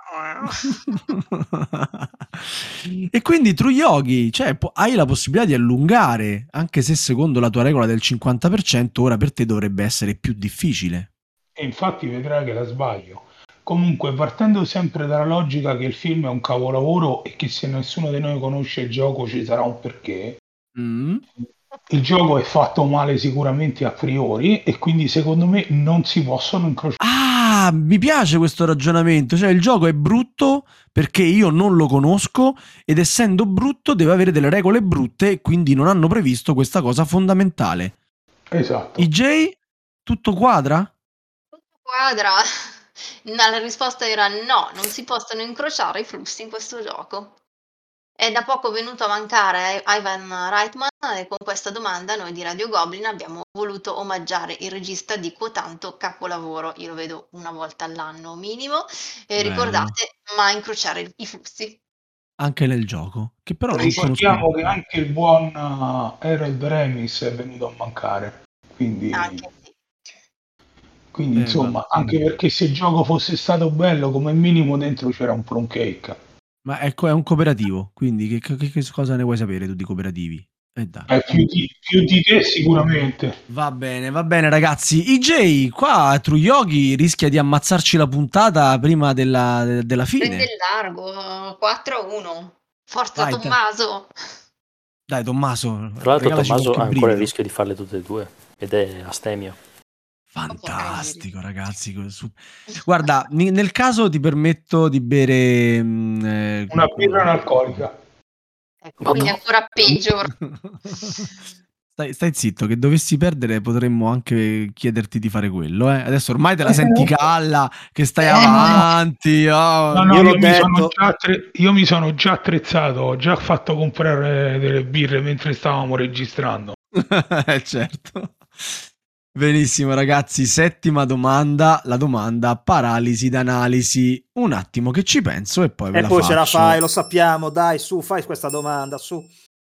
E quindi True Yogi, cioè hai la possibilità di allungare, anche se secondo la tua regola del 50% ora per te dovrebbe essere più difficile. E infatti vedrai che la sbaglio. Comunque, partendo sempre dalla logica che il film è un capolavoro e che se nessuno di noi conosce il gioco ci sarà un perché, il gioco è fatto male sicuramente a priori e quindi secondo me non si possono incrociare. Ah, mi piace questo ragionamento, cioè il gioco è brutto perché io non lo conosco ed essendo brutto deve avere delle regole brutte e quindi non hanno previsto questa cosa fondamentale. Esatto. IJ, tutto quadra? Tutto quadra. La risposta era no, non si possono incrociare i flussi in questo gioco. È da poco venuto a mancare Ivan Reitman e con questa domanda noi di Radio Goblin abbiamo voluto omaggiare il regista di quotanto capolavoro. Io lo vedo una volta all'anno minimo. Ricordate, ma incrociare i flussi. Anche nel gioco, che però non Ricordiamo conosco. che anche il buon Harold Ramis è venuto a mancare, quindi Anche sì. insomma, anche perché se il gioco fosse stato bello, come minimo dentro c'era un plum cake. Ma ecco, è un cooperativo, quindi che cosa ne vuoi sapere tu di cooperativi? Dai. Più di te sicuramente. Va bene ragazzi. IJ, qua True Yogi rischia di ammazzarci la puntata prima della fine. Prende il largo, 4-1. Forza Vai, Tommaso. Dai Tommaso. Tra l'altro regalaci Tommaso qualche ha ancora il brivido. rischio di farle tutte e due ed è astemio. Fantastico ragazzi. Guarda, nel caso ti permetto di bere una birra analcolica. Ecco, quindi ancora peggio. Stai zitto, che dovessi perdere potremmo anche chiederti di fare quello. Adesso ormai te la senti calla, che stai avanti. Oh. No, Io l'ho mi detto. io mi sono già attrezzato, ho già fatto comprare delle birre mentre stavamo registrando. Certo. Benissimo ragazzi, settima domanda, la domanda paralisi d'analisi. Un attimo che ci penso e poi ve la poi faccio. ce la fai, lo sappiamo, dai, su, fai questa domanda, su.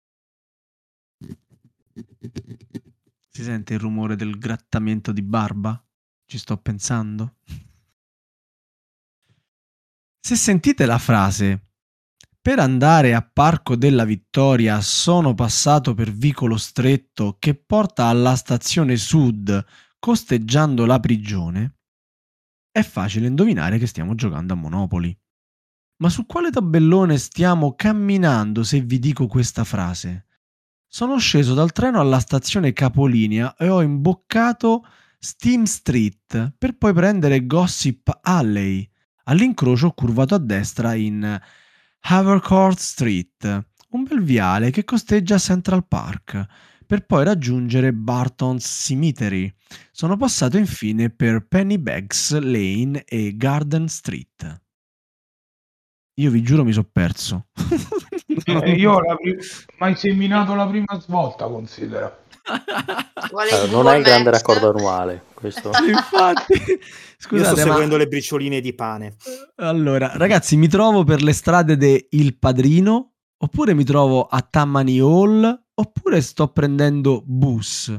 Si sente il rumore del grattamento di barba? Ci sto pensando. Se sentite la frase Per andare a Parco della Vittoria sono passato per Vicolo Stretto che porta alla stazione sud costeggiando la prigione. È facile indovinare che stiamo giocando a Monopoli. Ma su quale tabellone stiamo camminando se vi dico questa frase? Sono sceso dal treno alla stazione capolinea e ho imboccato Steam Street per poi prendere Gossip Alley. All'incrocio ho curvato a destra in Havercourt Street, un bel viale che costeggia Central Park, per poi raggiungere Barton's Cemetery. Sono passato infine per Pennybags Lane e Garden Street. Io vi giuro mi sono perso. Io mai seminato la prima svolta, considera. Non hai il grande raccordo annuale. Questo. Infatti, scusate, io sto seguendo le bricioline di pane. Allora, ragazzi, mi trovo per le strade de Il Padrino, oppure mi trovo a Tammany Hall, oppure sto prendendo bus.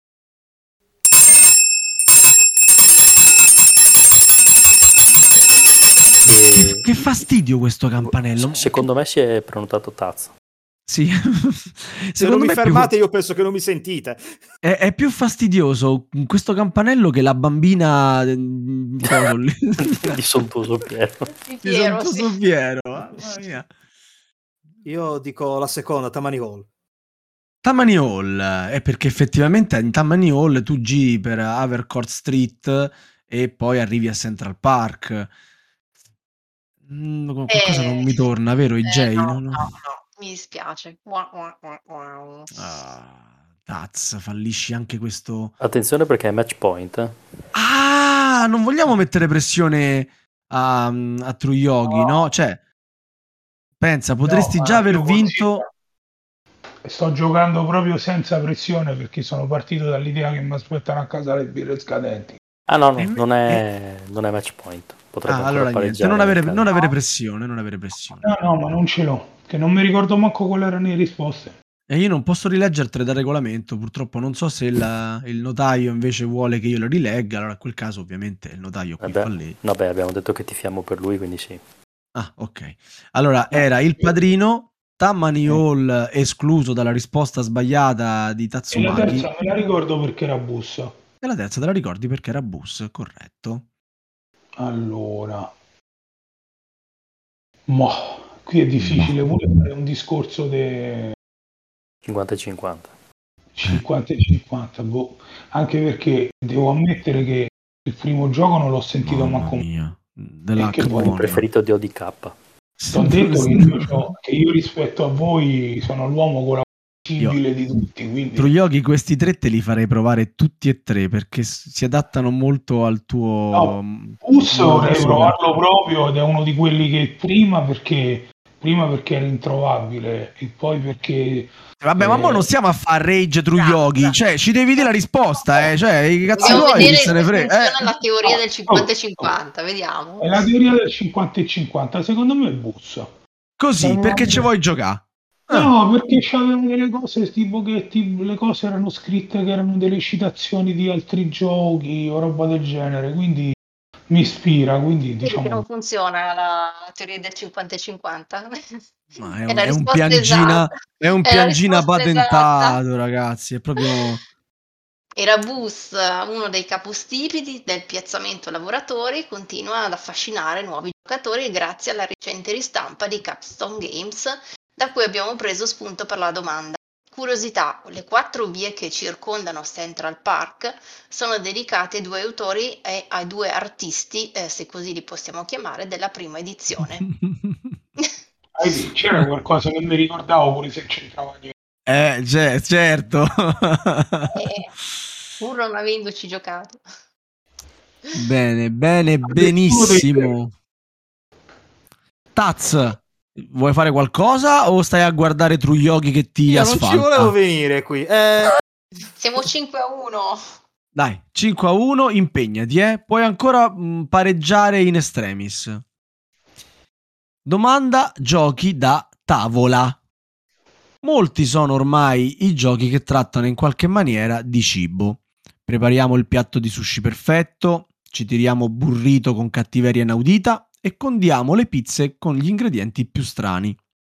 Che fastidio questo campanello. Secondo me si è prenotato Taz. Sì. Se non mi fermate io penso che non mi sentite. È più fastidioso questo campanello che la bambina di Sontuoso Piero. Di Sontuoso Piero. Mamma mia. Io dico la seconda, Tammany Hall. Tammany Hall è perché effettivamente in Tammany Hall tu giri per Havercourt Street e poi arrivi a Central Park. Qualcosa non mi torna, vero IJ? No, mi dispiace. Taz, fallisci anche questo. Attenzione perché è match point. Ah, non vogliamo mettere pressione a True Yogi, no? Cioè, pensa, potresti già aver vinto. Sto giocando proprio senza pressione perché sono partito dall'idea che mi aspettano a casa le birre scadenti. Ah no, non è match point. Potrebbe allora niente, non avere pressione, No, ma non ce l'ho, che non mi ricordo manco quali erano le risposte. E io non posso rileggertele dal regolamento, purtroppo non so se il notaio invece vuole che io lo rilegga, allora in quel caso ovviamente il notaio qui fa lei. No, beh, abbiamo detto che tifiamo per lui, quindi sì. Ah, ok. Allora, era Il Padrino, Tammany Hall escluso dalla risposta sbagliata di Tatsumaki. E la terza me la ricordo perché era bus. E la terza te la ricordi perché era bus, corretto. Allora, qui è difficile pure fare un discorso di 50-50. 50-50, anche perché devo ammettere che il primo gioco non l'ho sentito manco il preferito di ODK. Ti ho detto che io rispetto a voi sono l'uomo con la possibile di tutti, quindi True Yogi questi tre te li farei provare tutti e tre perché si adattano molto al tuo Bus vorrei provarlo proprio ed è uno di quelli che prima perché era introvabile e poi perché vabbè, ma non stiamo a fare rage True Yogi, cioè ci devi dire la risposta, cioè i cazzi tuoi tuoi se ne frega. La teoria del 50-50, vediamo. È la teoria del 50-50, secondo me è bus. Così, perché ci vuoi giocare? No, perché c'avevano delle cose tipo che le cose erano scritte che erano delle citazioni di altri giochi o roba del genere, quindi mi ispira, quindi diciamo non funziona la teoria del 50-50. Ma è un piangina, è un piangina patentato, esatta. Ragazzi, è proprio Era Bus, uno dei capostipiti del piazzamento lavoratori, continua ad affascinare nuovi giocatori grazie alla recente ristampa di Capstone Games, da cui abbiamo preso spunto per la domanda. Curiosità, le 4 vie che circondano Central Park sono dedicate ai 2 autori e ai 2 artisti, se così li possiamo chiamare, della prima edizione. C'era qualcosa che mi ricordavo pure se c'entrava niente. Certo. Pur non avendoci giocato. Bene, benissimo. Taz, vuoi fare qualcosa o stai a guardare True Yogi che ti asfalta? Non ci volevo venire qui. Siamo 5-1. Dai, 5-1, impegnati, puoi ancora pareggiare in extremis. Domanda giochi da tavola. Molti sono ormai i giochi che trattano in qualche maniera di cibo. Prepariamo il piatto di sushi perfetto, ci tiriamo burrito con cattiveria inaudita e condiamo le pizze con gli ingredienti più strani.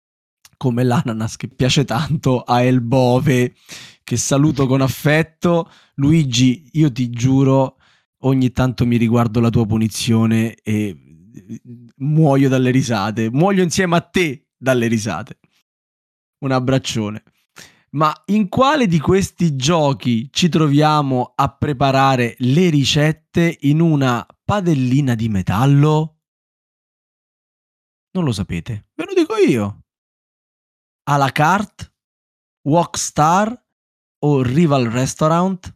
come l'ananas che piace tanto a El Bove, che saluto con affetto. Luigi, io ti giuro, ogni tanto mi riguardo la tua punizione e muoio dalle risate, muoio insieme a te dalle risate. Un abbraccione. Ma in quale di questi giochi ci troviamo a preparare le ricette in una padellina di metallo? Non lo sapete, ve lo dico io. À la carte, Walkstar o Rival Restaurant?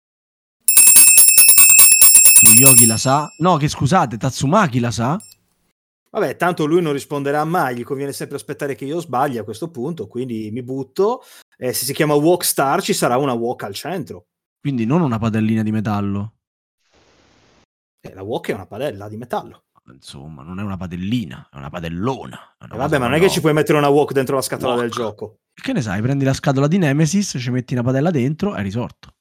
Yogi la sa? No, che scusate, Tatsumaki la sa? Vabbè, tanto lui non risponderà mai, gli conviene sempre aspettare che io sbagli a questo punto, quindi mi butto. Se si chiama Walkstar ci sarà una wok al centro. Quindi non una padellina di metallo. La wok è una padella di metallo. Insomma, non è una padellina, è una padellona. È una Vabbè, ma non è che ci puoi mettere una wok dentro la scatola del gioco. Che ne sai, prendi la scatola di Nemesis, ci metti una padella dentro, è risorto.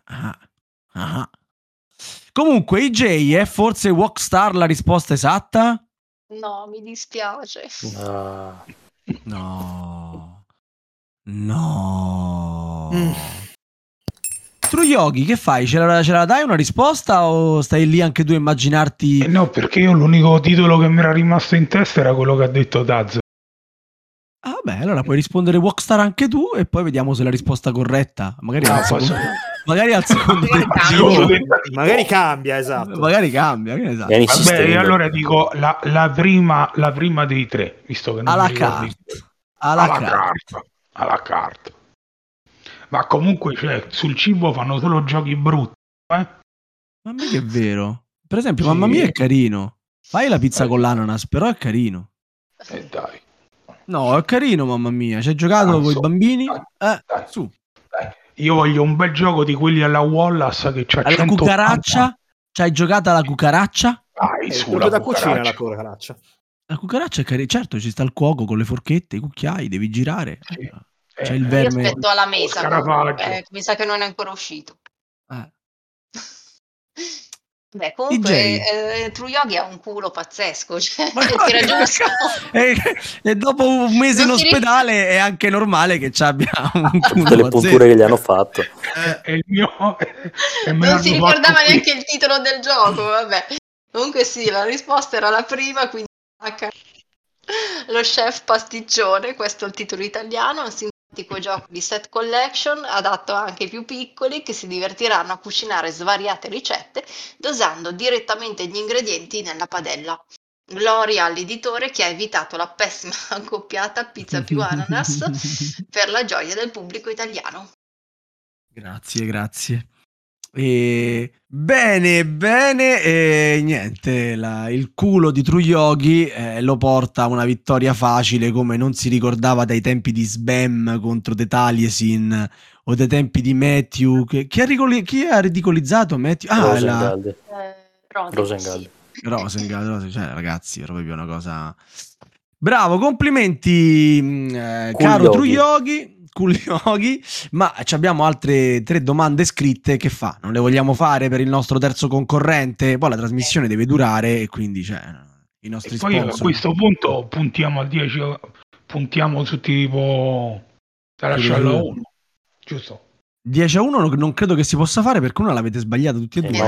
Comunque, IJ, è forse Walkstar la risposta esatta? No, mi dispiace. No. True Yogi, che fai? Ce la dai una risposta o stai lì anche tu a immaginarti? No, perché io l'unico titolo che mi era rimasto in testa era quello che ha detto Daz. Ah, beh, allora puoi rispondere Walkstar anche tu e poi vediamo se è la risposta corretta. Magari al secondo tentativo. Magari cambia, esatto. Magari cambia, che ne sa. Vabbè, allora dico la prima dei tre, visto che non alla mi ricordo. Alla carta. Ma comunque, cioè, sul cibo fanno solo giochi brutti, Ma mica è vero. Per esempio, sì. Mamma Mia è carino. Fai la pizza con l'ananas, però è carino. Dai. No, è carino, Mamma Mia. Ci hai giocato con i bambini? Dai. Su. Dai. Io voglio un bel gioco di quelli alla Wallace che c'ha alla 180. Cucaraccia? Ci hai giocato alla cucaraccia? Dai, sulla da cucina la cucaraccia. La cucaraccia è carina. Certo, ci sta il cuoco con le forchette, i cucchiai, devi girare. Sì. C'è il verme. Io aspetto alla mesa. Mi sa che non è ancora uscito. Beh, comunque True Yogi ha un culo pazzesco, cioè, era giusto. E dopo un mese in ospedale è anche normale che ci abbia un culo tutte le punture che gli hanno fatto. È il mio. Non si ricordava neanche il titolo del gioco, vabbè. Comunque sì, la risposta era la prima, quindi lo chef pasticcione, questo è il titolo italiano, un simpatico gioco di set collection adatto anche ai più piccoli che si divertiranno a cucinare svariate ricette dosando direttamente gli ingredienti nella padella. Gloria all'editore che ha evitato la pessima accoppiata pizza più ananas per la gioia del pubblico italiano. Grazie. Bene, niente, il culo di True Yogi lo porta a una vittoria facile come non si ricordava dai tempi di Sbam contro The Taliesin o dai tempi di Matthew. Chi ha ridicolizzato Matthew? Rosengard, cioè ragazzi, è proprio una cosa... Bravo, complimenti caro True Yogi. Ma abbiamo altre 3 domande scritte. Che fa? Non le vogliamo fare per il nostro terzo concorrente? Poi la trasmissione deve durare e quindi i nostri e poi sponsor. A questo punto puntiamo al 10, puntiamo su tipo da lasciarla a 1, giusto? 10-1 non credo che si possa fare perché una l'avete sbagliata tutti e due.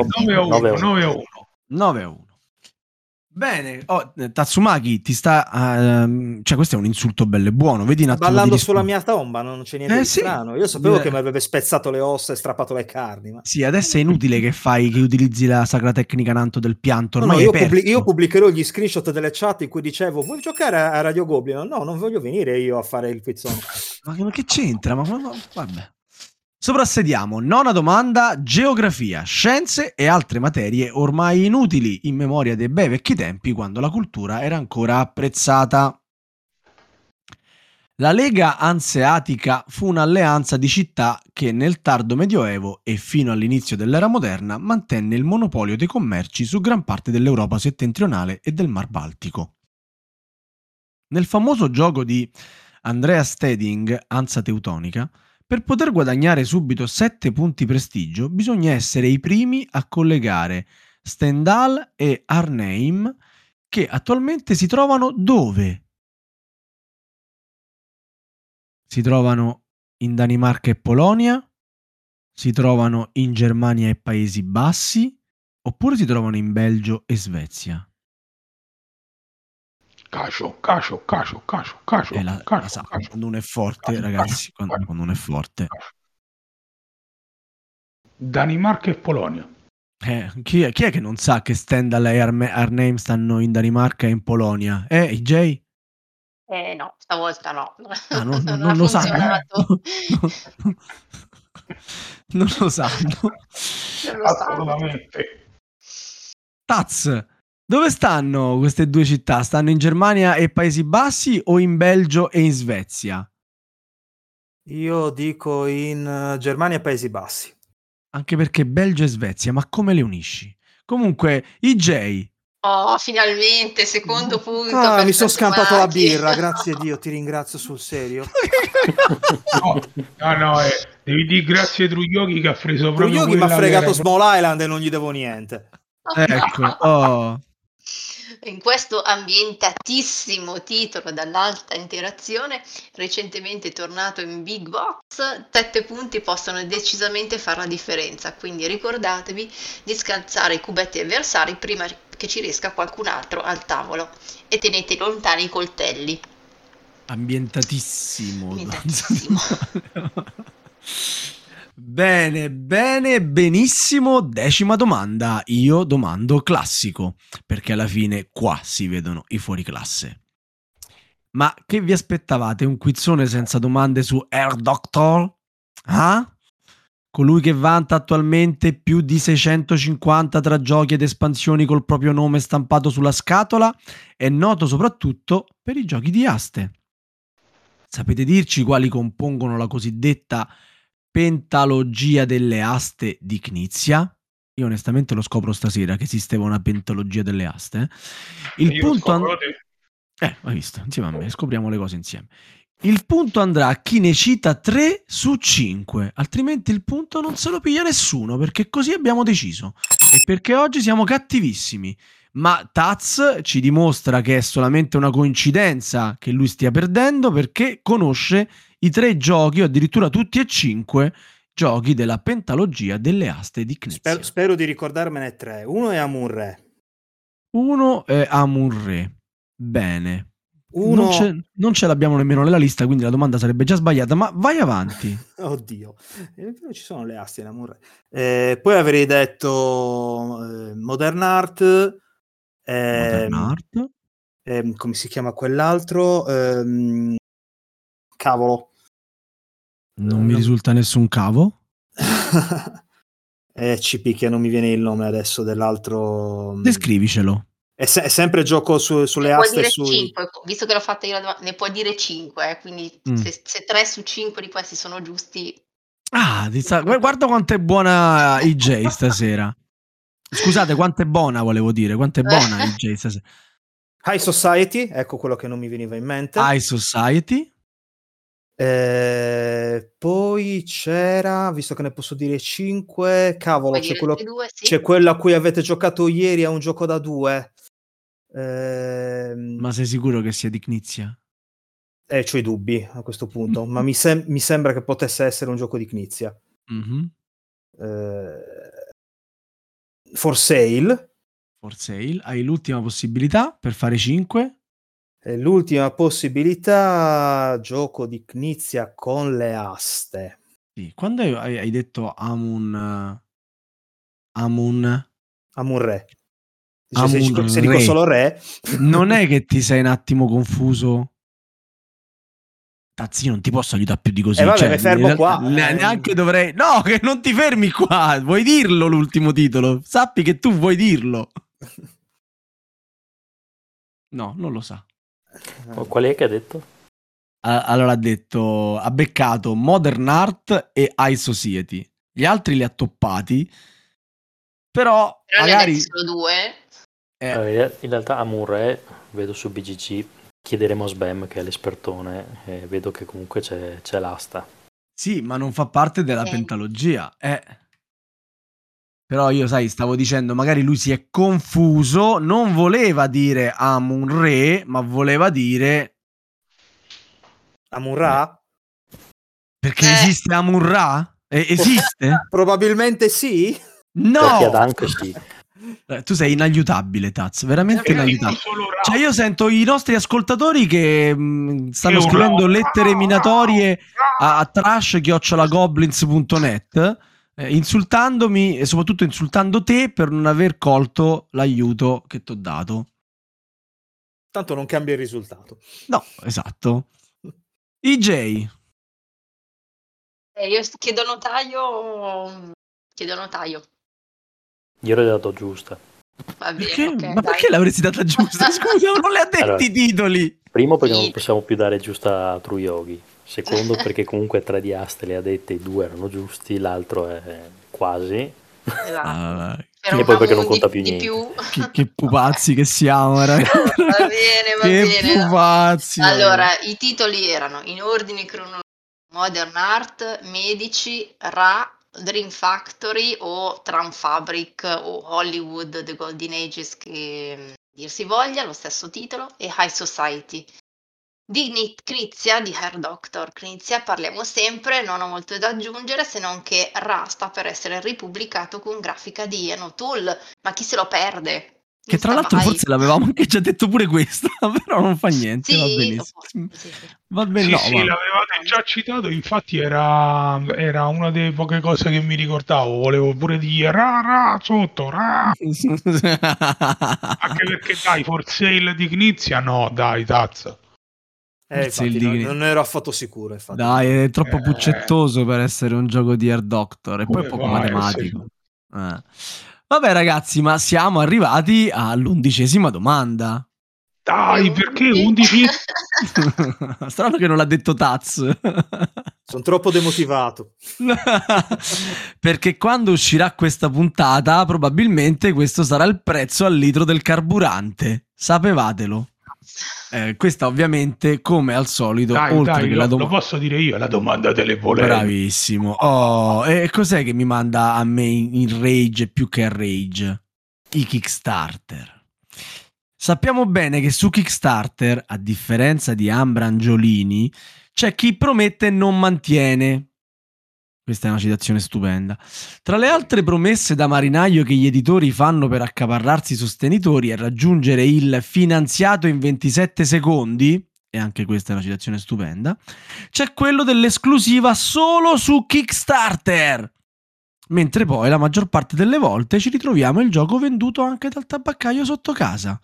9-1. Bene, Tatsumaki ti sta cioè questo è un insulto bello e buono, vedi un attimo ballando sulla mia tomba, non c'è niente di strano. Io sapevo che mi avrebbe spezzato le ossa e strappato le carni, ma... Sì, adesso è inutile che utilizzi la sacra tecnica Nanto del pianto. No, io pubblicherò gli screenshot delle chat in cui dicevo vuoi giocare a Radio Goblin? No, non voglio venire io a fare il quizzone. Ma che c'entra? Ma vabbè. Soprassediamo, 9ª domanda, geografia, scienze e altre materie ormai inutili in memoria dei bei vecchi tempi quando la cultura era ancora apprezzata. La Lega Anseatica fu un'alleanza di città che nel tardo Medioevo e fino all'inizio dell'era moderna mantenne il monopolio dei commerci su gran parte dell'Europa settentrionale e del Mar Baltico. Nel famoso gioco di Andrea Steding, Ansa Teutonica, per poter guadagnare subito 7 punti prestigio bisogna essere i primi a collegare Stendhal e Arnhem che attualmente si trovano dove? si trovano in Danimarca e Polonia, si trovano in Germania e Paesi Bassi, oppure si trovano in Belgio e Svezia? Cacio. La sa, quando uno è forte, ragazzi, quando uno è forte. Danimarca e Polonia. Chi è che non sa che Stendhal e Arnhem stanno in Danimarca e in Polonia? EJ? No, stavolta no. Non Non ha lo sanno. funzionato. Non lo sanno. Non lo sanno. Assolutamente. Taz, dove stanno queste due città? Stanno in Germania e Paesi Bassi o in Belgio e in Svezia? Io dico in Germania e Paesi Bassi. Anche perché Belgio e Svezia, ma come le unisci? Comunque, EJ. Oh, finalmente, secondo punto. Ah, per mi sono scampato la Sasumaki. birra, grazie a Dio, ti ringrazio sul serio. No, devi dire grazie a Trujoghi che ha preso proprio Yogi mi quella ha fregato che era- Small Island e non gli devo niente. Ecco, oh. In questo ambientatissimo titolo dall'alta interazione, recentemente tornato in Big Box, 7 punti possono decisamente fare la differenza, quindi ricordatevi di scalzare i cubetti avversari prima che ci riesca qualcun altro al tavolo e tenete lontani i coltelli. Ambientatissimo. Ambientatissimo. Bene, benissimo. 10ª domanda. Io domando classico, perché alla fine qua si vedono i fuoriclasse. Ma che vi aspettavate? Un quizzone senza domande su Air Doctor? Ah? Colui che vanta attualmente più di 650 tra giochi ed espansioni col proprio nome stampato sulla scatola, è noto soprattutto per i giochi di aste. Sapete dirci quali compongono la cosiddetta pentalogia delle aste di Knizia? Io onestamente lo scopro stasera che esisteva una pentalogia delle aste. Il Io punto scopro te. hai visto? Insieme a me scopriamo le cose insieme. Il punto andrà a chi ne cita 3 su 5, altrimenti il punto non se lo piglia nessuno, perché così abbiamo deciso e perché oggi siamo cattivissimi. Ma Taz ci dimostra che è solamente una coincidenza che lui stia perdendo, perché conosce i 3 giochi, o addirittura tutti e 5 giochi della pentalogia delle aste di Knizia. Spero di ricordarmene 3. Uno è Amun-Re. Uno è Amun-Re. Bene. Uno... Non ce l'abbiamo nemmeno nella lista, quindi la domanda sarebbe già sbagliata, ma vai avanti. Oddio, ci sono le aste in Amun-Re. Poi avrei detto Modern Art. Modern Art. Come si chiama quell'altro? Cavolo. Non mi risulta nessun cavo. CP che non mi viene il nome adesso dell'altro. Descrivicelo. È sempre gioco sulle aste. Puoi dire 5, visto che l'ho fatta io la domanda, ne puoi dire 5, quindi se 3 su 5 di questi sono giusti. Guarda quanto è buona EJ stasera. Scusate, quanto è buona volevo dire. Quanto è buona EJ stasera. High Society, ecco quello che non mi veniva in mente. High Society. Poi c'era, visto che ne posso dire 5, cavolo, Sì. c'è quello a cui avete giocato ieri, a un gioco da 2. Ma sei sicuro che sia di Knizia? C'ho i dubbi a questo punto, ma mi sembra che potesse essere un gioco di Knizia. Mm-hmm. For Sale. Hai l'ultima possibilità per fare 5. L'ultima possibilità, gioco di Knizia con le aste. Sì. Quando hai detto Amun-Re? Se dico solo Re, non è che ti sei un attimo confuso? Tazzi, non ti posso aiutare più di così. Vabbè, fermo qua. Neanche dovrei. No, che non ti fermi qua. Vuoi dirlo l'ultimo titolo? Sappi che tu vuoi dirlo. No, non lo sa. Qual è che ha detto? Allora ha beccato Modern Art e High Society. Gli altri li ha toppati. Però magari solo 2. In realtà Amun-Re vedo su BGG, chiederemo a Sbam che è l'espertone, e vedo che comunque c'è l'asta. Sì, ma non fa parte della pentalogia. Però io, stavo dicendo, magari lui si è confuso, non voleva dire Amun-Re, ma voleva dire Amun-Ra? Perché esiste Amun-Ra? Esiste? Probabilmente sì. No! Perché ad anche sì. Tu sei inaiutabile, Taz, veramente inaiutabile. Cioè io sento i nostri ascoltatori che stanno scrivendo lettere minatorie a trash@goblins.net, insultandomi e soprattutto insultando te per non aver colto l'aiuto che ti ho dato. Tanto non cambia il risultato. No, esatto. EJ. Io chiedo notaio. Io l'ho dato giusta. Va bene, Perché? ok, Ma dai. perché l'avresti data giusta? Scusa, non le ha detti Allora, i titoli. Primo perché Sì. non possiamo più dare giusta a True Yogi. Secondo perché comunque 3 di Aste le ha dette, i 2 erano giusti, l'altro è quasi. Esatto. Ah, Per E un poi perché non Amun conta più di niente. che pupazzi che siamo, ragazzi. Va bene, va Che bene. pupazzi. Allora, i titoli erano in ordine cronologico: Modern Art, Medici, Ra, Dream Factory o Tram Fabric o Hollywood, The Golden Ages, che dir si voglia, lo stesso titolo, e High Society. Di Knizia, di Hair Doctor Knizia parliamo sempre, non ho molto da aggiungere se non che Ra sta per essere ripubblicato con grafica di Ian O'Toole, ma chi se lo perde? Che tra l'altro forse l'avevamo anche già detto pure questa, però non fa niente, va benissimo. Sì. Va bene, Sì, no, sì, va. l'avevate già citato, infatti era una delle poche cose che mi ricordavo, volevo pure dire ra sotto, ra. Anche perché dai, For Sale di Knizia, no, dai, Taz. Infatti, non ero affatto sicuro. Infatti. Dai, è troppo puccettoso per essere un gioco di Air Doctor e poi è poco matematico. Vabbè ragazzi, ma siamo arrivati all'11ª domanda. Dai, perché 11? Strano che non l'ha detto Taz. Sono troppo demotivato. Perché quando uscirà questa puntata, probabilmente questo sarà il prezzo al litro del carburante. Sapevatelo. Questa ovviamente, come al solito, oltre che la lo posso dire io, è la domanda delle polemiche. Bravissimo. Oh, e cos'è che mi manda a me in rage più che a rage? I Kickstarter. Sappiamo bene che su Kickstarter, a differenza di Ambra Angiolini, c'è chi promette e non mantiene. Questa è una citazione stupenda. Tra le altre promesse da marinaio che gli editori fanno per accaparrarsi i sostenitori è raggiungere il finanziato in 27 secondi, e anche questa è una citazione stupenda, c'è quello dell'esclusiva solo su Kickstarter. Mentre poi la maggior parte delle volte ci ritroviamo il gioco venduto anche dal tabaccaio sotto casa.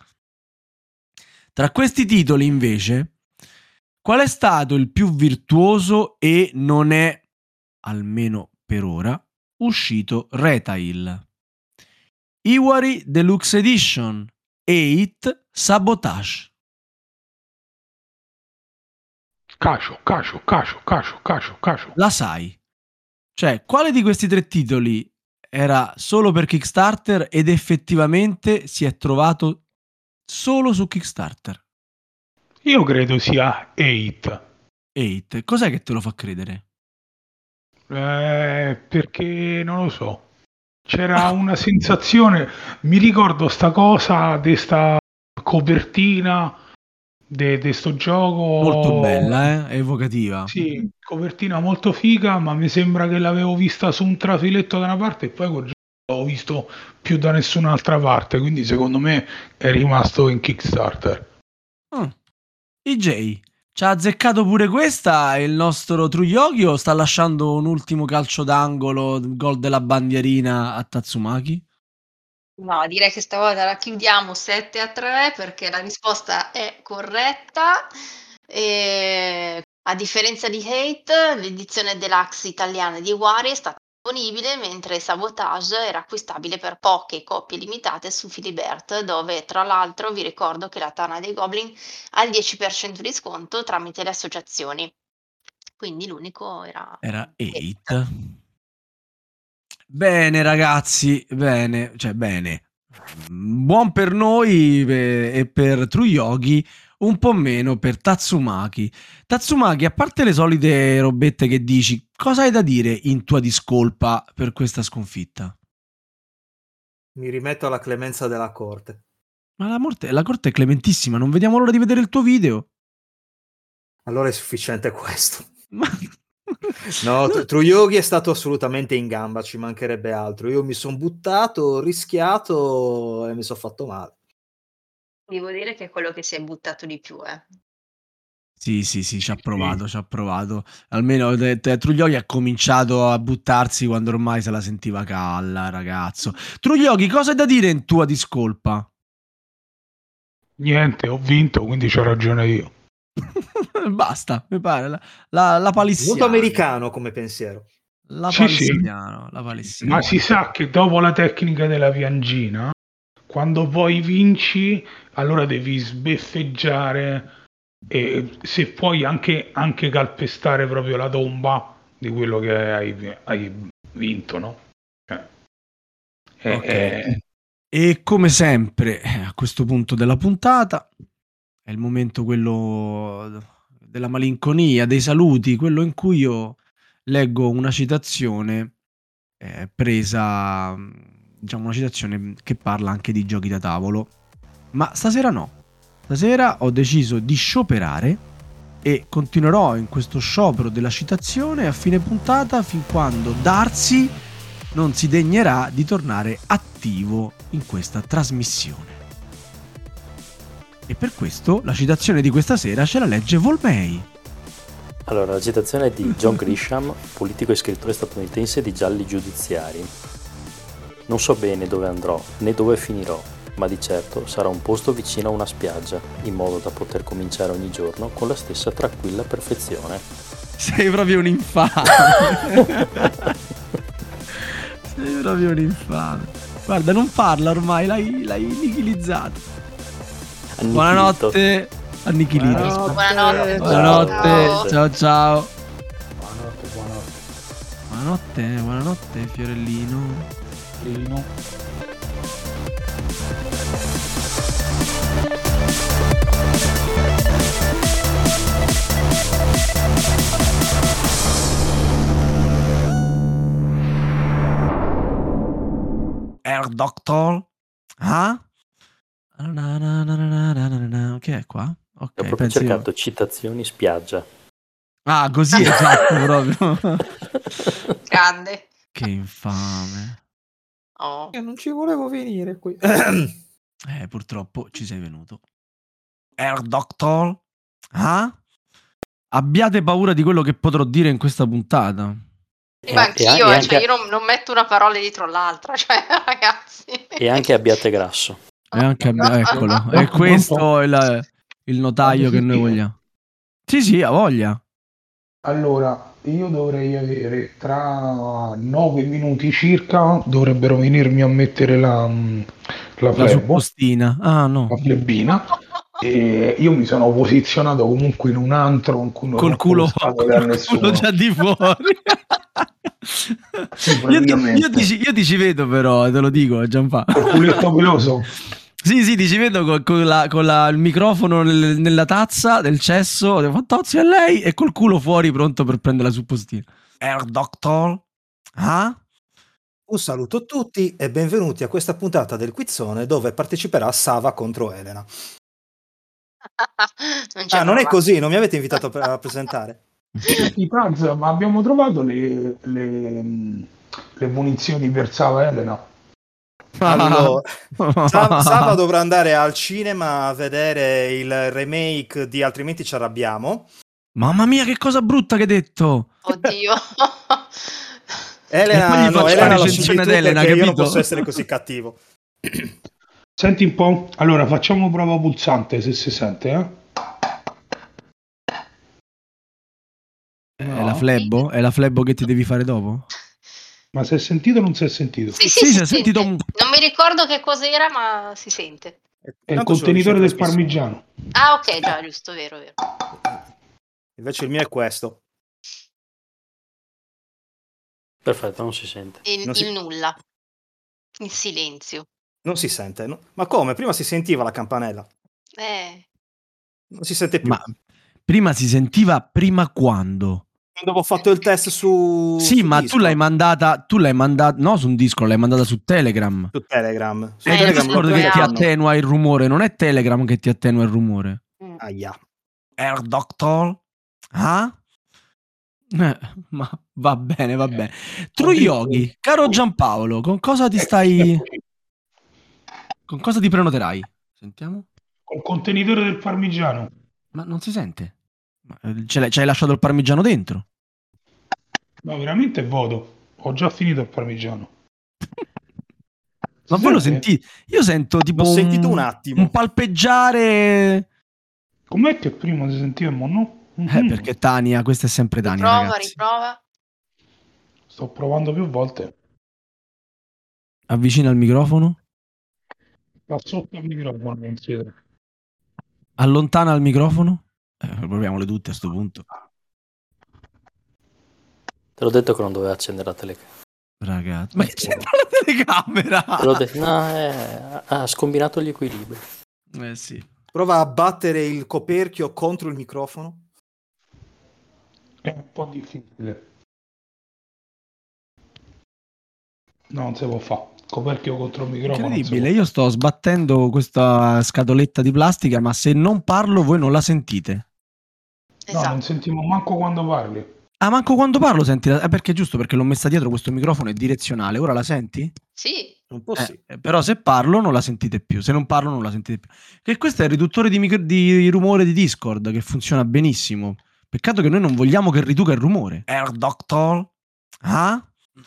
Tra questi titoli, invece, qual è stato il più virtuoso e non è, almeno per ora, uscito retail? Iwari Deluxe Edition, 8 Sabotage. Cacio. La sai? Cioè, quale di questi 3 titoli era solo per Kickstarter ed effettivamente si è trovato solo su Kickstarter? Io credo sia 8. 8. Cos'è che te lo fa credere? Perché non lo so. C'era una sensazione, mi ricordo sta cosa di sta copertina di sto gioco molto bella, evocativa. Sì, copertina molto figa, ma mi sembra che l'avevo vista su un trafiletto da una parte e poi quel gioco l'ho visto più da nessun'altra parte, quindi secondo me è rimasto in Kickstarter. EJ, ci ha azzeccato pure questa e il nostro True Yogi o sta lasciando un ultimo calcio d'angolo, gol della bandierina a Tatsumaki? No, direi che stavolta la chiudiamo 7-3 perché la risposta è corretta. E, a differenza di Hate, l'edizione deluxe italiana di Iwari è stata disponibile, mentre Sabotage era acquistabile per poche copie limitate su Philibert, dove tra l'altro vi ricordo che la Tana dei Goblin ha il 10% di sconto tramite le associazioni. Quindi l'unico era 8. Bene ragazzi, bene. Buon per noi e per True Yogi, un po' meno per Tatsumaki. Tatsumaki, a parte le solite robette che dici, cosa hai da dire in tua discolpa per questa sconfitta? Mi rimetto alla clemenza della corte. Ma la corte è clementissima, non vediamo l'ora di vedere il tuo video. Allora è sufficiente questo. No, True Yogi è stato assolutamente in gamba, ci mancherebbe altro. Io mi sono buttato, ho rischiato e mi sono fatto male. Devo dire che è quello che si è buttato di più, Sì, ci ha provato. Almeno True Yogi ha cominciato a buttarsi quando ormai se la sentiva calla, ragazzo. True Yogi, cosa hai da dire in tua discolpa? Niente, ho vinto, quindi c'ho ragione io. Basta, mi pare. La palissiano. Molto americano come pensiero. La Sì, sì. palissiano. Ma si sa che dopo la tecnica della piangina, quando poi vinci, allora devi sbeffeggiare e se puoi anche calpestare proprio la tomba di quello che hai vinto, no? Ok. E come sempre, a questo punto della puntata, è il momento quello della malinconia, dei saluti, quello in cui io leggo una citazione presa, diciamo una citazione che parla anche di giochi da tavolo, ma stasera no. Stasera ho deciso di scioperare e continuerò in questo sciopero della citazione a fine puntata fin quando Darsi non si degnerà di tornare attivo in questa trasmissione. E per questo la citazione di questa sera ce la legge Volmei. Allora, la citazione è di John Grisham, politico e scrittore statunitense di gialli giudiziari. Non so bene dove andrò, né dove finirò, ma di certo sarà un posto vicino a una spiaggia, in modo da poter cominciare ogni giorno con la stessa tranquilla perfezione. Sei proprio un infame. Sei proprio un infame. Guarda, non parla ormai, l'hai nichilizzato. Annichilito. Buonanotte. Annichilito. Buonanotte. Ciao. Buonanotte. Buonanotte, Fiorellino. Air Doctor? Ah? Che è qua? Ok, Ho proprio cercato citazioni spiaggia. Ah, così esatto proprio. Grande. Che infame. Oh. Io non ci volevo venire qui. Purtroppo ci sei venuto. Air Doctor? Ah? Abbiate paura di quello che potrò dire in questa puntata. Ma anch'io, cioè io non metto una parola dietro l'altra, cioè ragazzi. E anche abbiate grasso. E anche eccolo. E questo è il notaio che noi vogliamo. Sì, ha voglia. Allora, io dovrei avere tra 9 minuti circa, dovrebbero venirmi a mettere la suppostina. Ah, no. La flebbina. E io mi sono posizionato comunque in un antro in cui non col culo già di fuori. Sì, io ti ci vedo però, te lo dico, Gianpaolo. Col culetto peloso. Sì, ti ci vedo con il microfono nella tazza del cesso, Fantozzi a lei, e col culo fuori pronto per prendere la suppostina. Air Doctor? Ah? Un saluto a tutti e benvenuti a questa puntata del Quizzone dove parteciperà Sava contro Elena. Non è così, non mi avete invitato a presentare? Paz, ma abbiamo trovato le munizioni per Sava e Elena? Allora, Sava dovrà andare al cinema a vedere il remake di Altrimenti ci arrabbiamo. Mamma mia, che cosa brutta che hai detto! Oddio. Elena la recensione d'Elena, perché capito? Io non posso essere così cattivo. Senti un po', allora facciamo prova pulsante se si sente, È la flebbo? È la flebbo che ti devi fare dopo? Ma si è sentito o non si è sentito? Sì, si è sentito. Non mi ricordo che cos'era, ma si sente. È il contenitore del parmigiano. Ah, ok, già, giusto, vero. Invece il mio è questo. Perfetto, non si sente. Il nulla. Il silenzio. Non si sente, no? Ma come? Prima si sentiva la campanella. Non si sente più. Ma prima si sentiva prima quando? Quando ho fatto il test su... Sì, su ma disco. tu l'hai mandata no su un disco, l'hai mandata su Telegram. Su Telegram. Su Telegram che ti attenua il rumore, non è Telegram che ti attenua il rumore. Aia. Air Doctor? Ah? Ma va bene, va bene. True Yogi, caro Giampaolo, con cosa ti stai... Con cosa ti prenoterai? Sentiamo. Col contenitore del parmigiano. Ma non si sente. Ci hai lasciato il parmigiano dentro? No, veramente è vuoto. Ho già finito il parmigiano. Ma voi lo sentite? Io sento tipo L'ho sentito un attimo. un palpeggiare. Com'è che prima si sentivamo, no? Perché Tania, questa è sempre Tania, ragazzi. Riprova. Sto provando più volte. Avvicina il microfono. Va sotto il microfono, non si vede. Allontana il microfono. Proviamole tutte a sto punto. Te l'ho detto che non doveva accendere la telecamera. Ragazzi, ma che c'entra la telecamera? Te l'ho detto, no, ha scombinato gli equilibri. Sì. Prova a battere il coperchio contro il microfono. È un po' difficile. No, non si può fare. Coperchio contro il microfono. Incredibile, io sto sbattendo questa scatoletta di plastica, ma se non parlo voi non la sentite. No, non sentiamo manco quando parli. Ah, manco quando parlo senti? Perché è giusto, perché l'ho messa dietro, questo microfono è direzionale. Ora la senti? Sì. Un po' sì. Però se parlo non la sentite più, se non parlo non la sentite più. Che questo è il riduttore di rumore di Discord, che funziona benissimo. Peccato che noi non vogliamo che riduca il rumore. Air Doctor? Ah?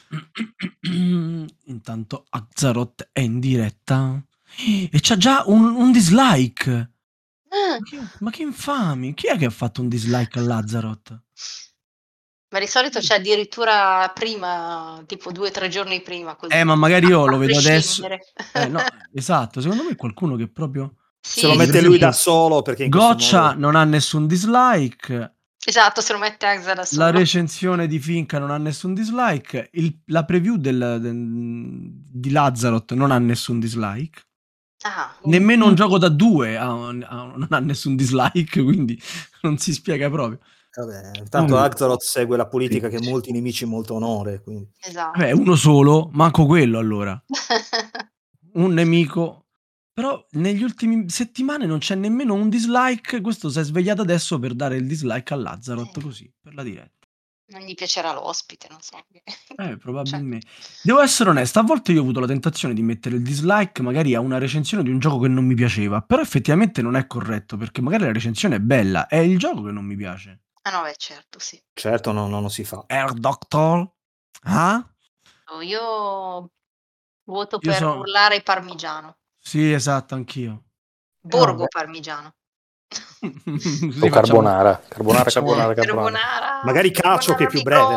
Intanto Azeroth è in diretta e c'ha già un dislike. Ma che infami. Chi è che ha fatto un dislike all'Azeroth? Ma di solito c'è addirittura prima, tipo 2 o 3 giorni prima. Così. Ma magari io lo vedo adesso. prescindere. No, esatto, secondo me è qualcuno che proprio... Sì, Se lo mette lui da solo, perché in questo Goccia modo... non ha nessun dislike. Esatto, se lo mette Axa da solo. La recensione di Finca non ha nessun dislike. La preview di Lazarot non ha nessun dislike. Nemmeno un gioco da 2 non ha nessun dislike, quindi non si spiega proprio. Vabbè, tanto Azeroth segue la politica che molti nemici molto onore. Quindi. Esatto. Vabbè, uno solo, manco quello allora. Un nemico. Però negli ultimi settimane non c'è nemmeno un dislike. Questo si è svegliato adesso per dare il dislike all'Azeroth, così, per la diretta. Non gli piacerà l'ospite, non so. Probabilmente. Devo essere onesto, a volte io ho avuto la tentazione di mettere il dislike magari a una recensione di un gioco che non mi piaceva, però effettivamente non è corretto, perché magari la recensione è bella, è il gioco che non mi piace. Ah no, beh, certo, sì. Certo, no, non si fa. Air Doctor? Ah? Io voto per urlare parmigiano. Sì, esatto, anch'io. Borgo parmigiano. O carbonara. Carbonara. Magari cacio che è più breve.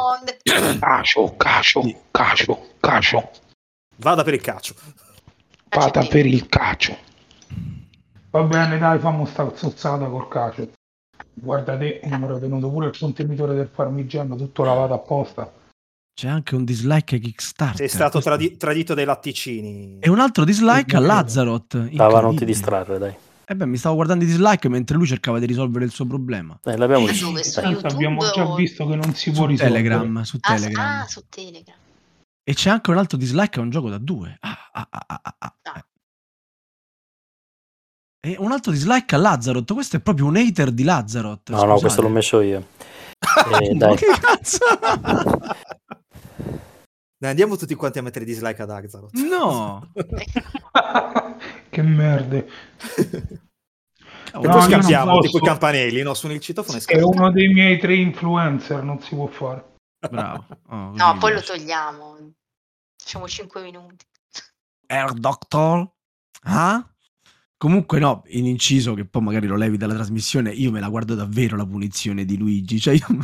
Cacio. Vada per il cacio. Vada per il cacio. Va bene, dai, fammo sta zozzata col cacio. Guarda te, mi ero tenuto pure il contenitore del parmigiano tutto lavato apposta. C'è anche un dislike a Kickstarter. Sei stato tradito dai latticini. E un altro dislike all'Azeroth. Non ti distrarre, dai. Mi stavo guardando i dislike mentre lui cercava di risolvere il suo problema. L'abbiamo abbiamo già visto che non si può risolvere. Su Telegram. Su Telegram. E c'è anche un altro dislike a un gioco da 2. E un altro dislike a Lazarot. Questo è proprio un hater di Lazarot. No, no, questo l'ho messo io. Dai. Che cazzo? Dai, andiamo tutti quanti a mettere dislike ad Azeroth. No. Che merde. E poi scambiamo tipo i campanelli, no? Su il citofono è uno dei miei 3 influencer, non si può fare. Bravo. No, poi lo togliamo. Facciamo 5 minuti. Air Doctor? Ah? Comunque no, in inciso, che poi magari lo levi dalla trasmissione, io me la guardo davvero la punizione di Luigi, cioè io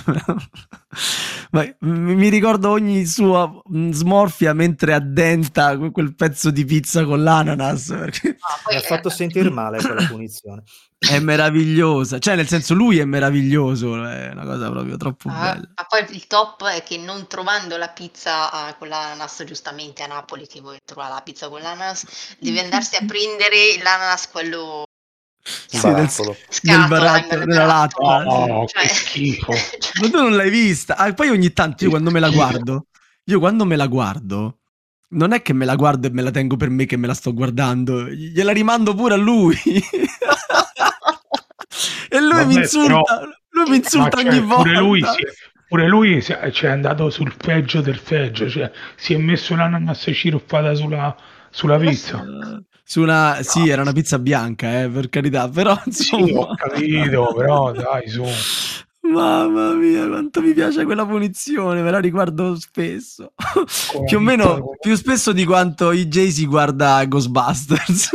mi ricordo ogni sua smorfia mentre addenta quel pezzo di pizza con l'ananas, perché mi ha fatto sentire male quella punizione. È meravigliosa, cioè nel senso lui è meraviglioso, è una cosa proprio troppo bella. Ma poi il top è che non trovando la pizza con l'ananas, giustamente a Napoli che vuoi trovare la pizza con l'ananas, devi andarsi a prendere l'ananas quello nel barattolo della latta. Che schifo. Ma tu non l'hai vista? Poi ogni tanto io quando me la guardo non è che me la guardo e me la tengo per me che me la sto guardando, gliela rimando pure a lui. E lui mi insulta, ogni volta. Pure lui è andato sul peggio del peggio, cioè si è messo l'ananas ciruffata sulla pizza. Sì, era una pizza bianca, per carità, però insomma... Sì, ho capito, però dai, su. Mamma mia, quanto mi piace quella punizione, me la riguardo spesso. Come Più o meno, più spesso di quanto IJ si guarda Ghostbusters.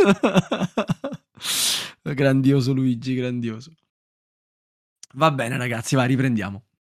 Grandioso Luigi, grandioso. Va bene ragazzi, va, riprendiamo.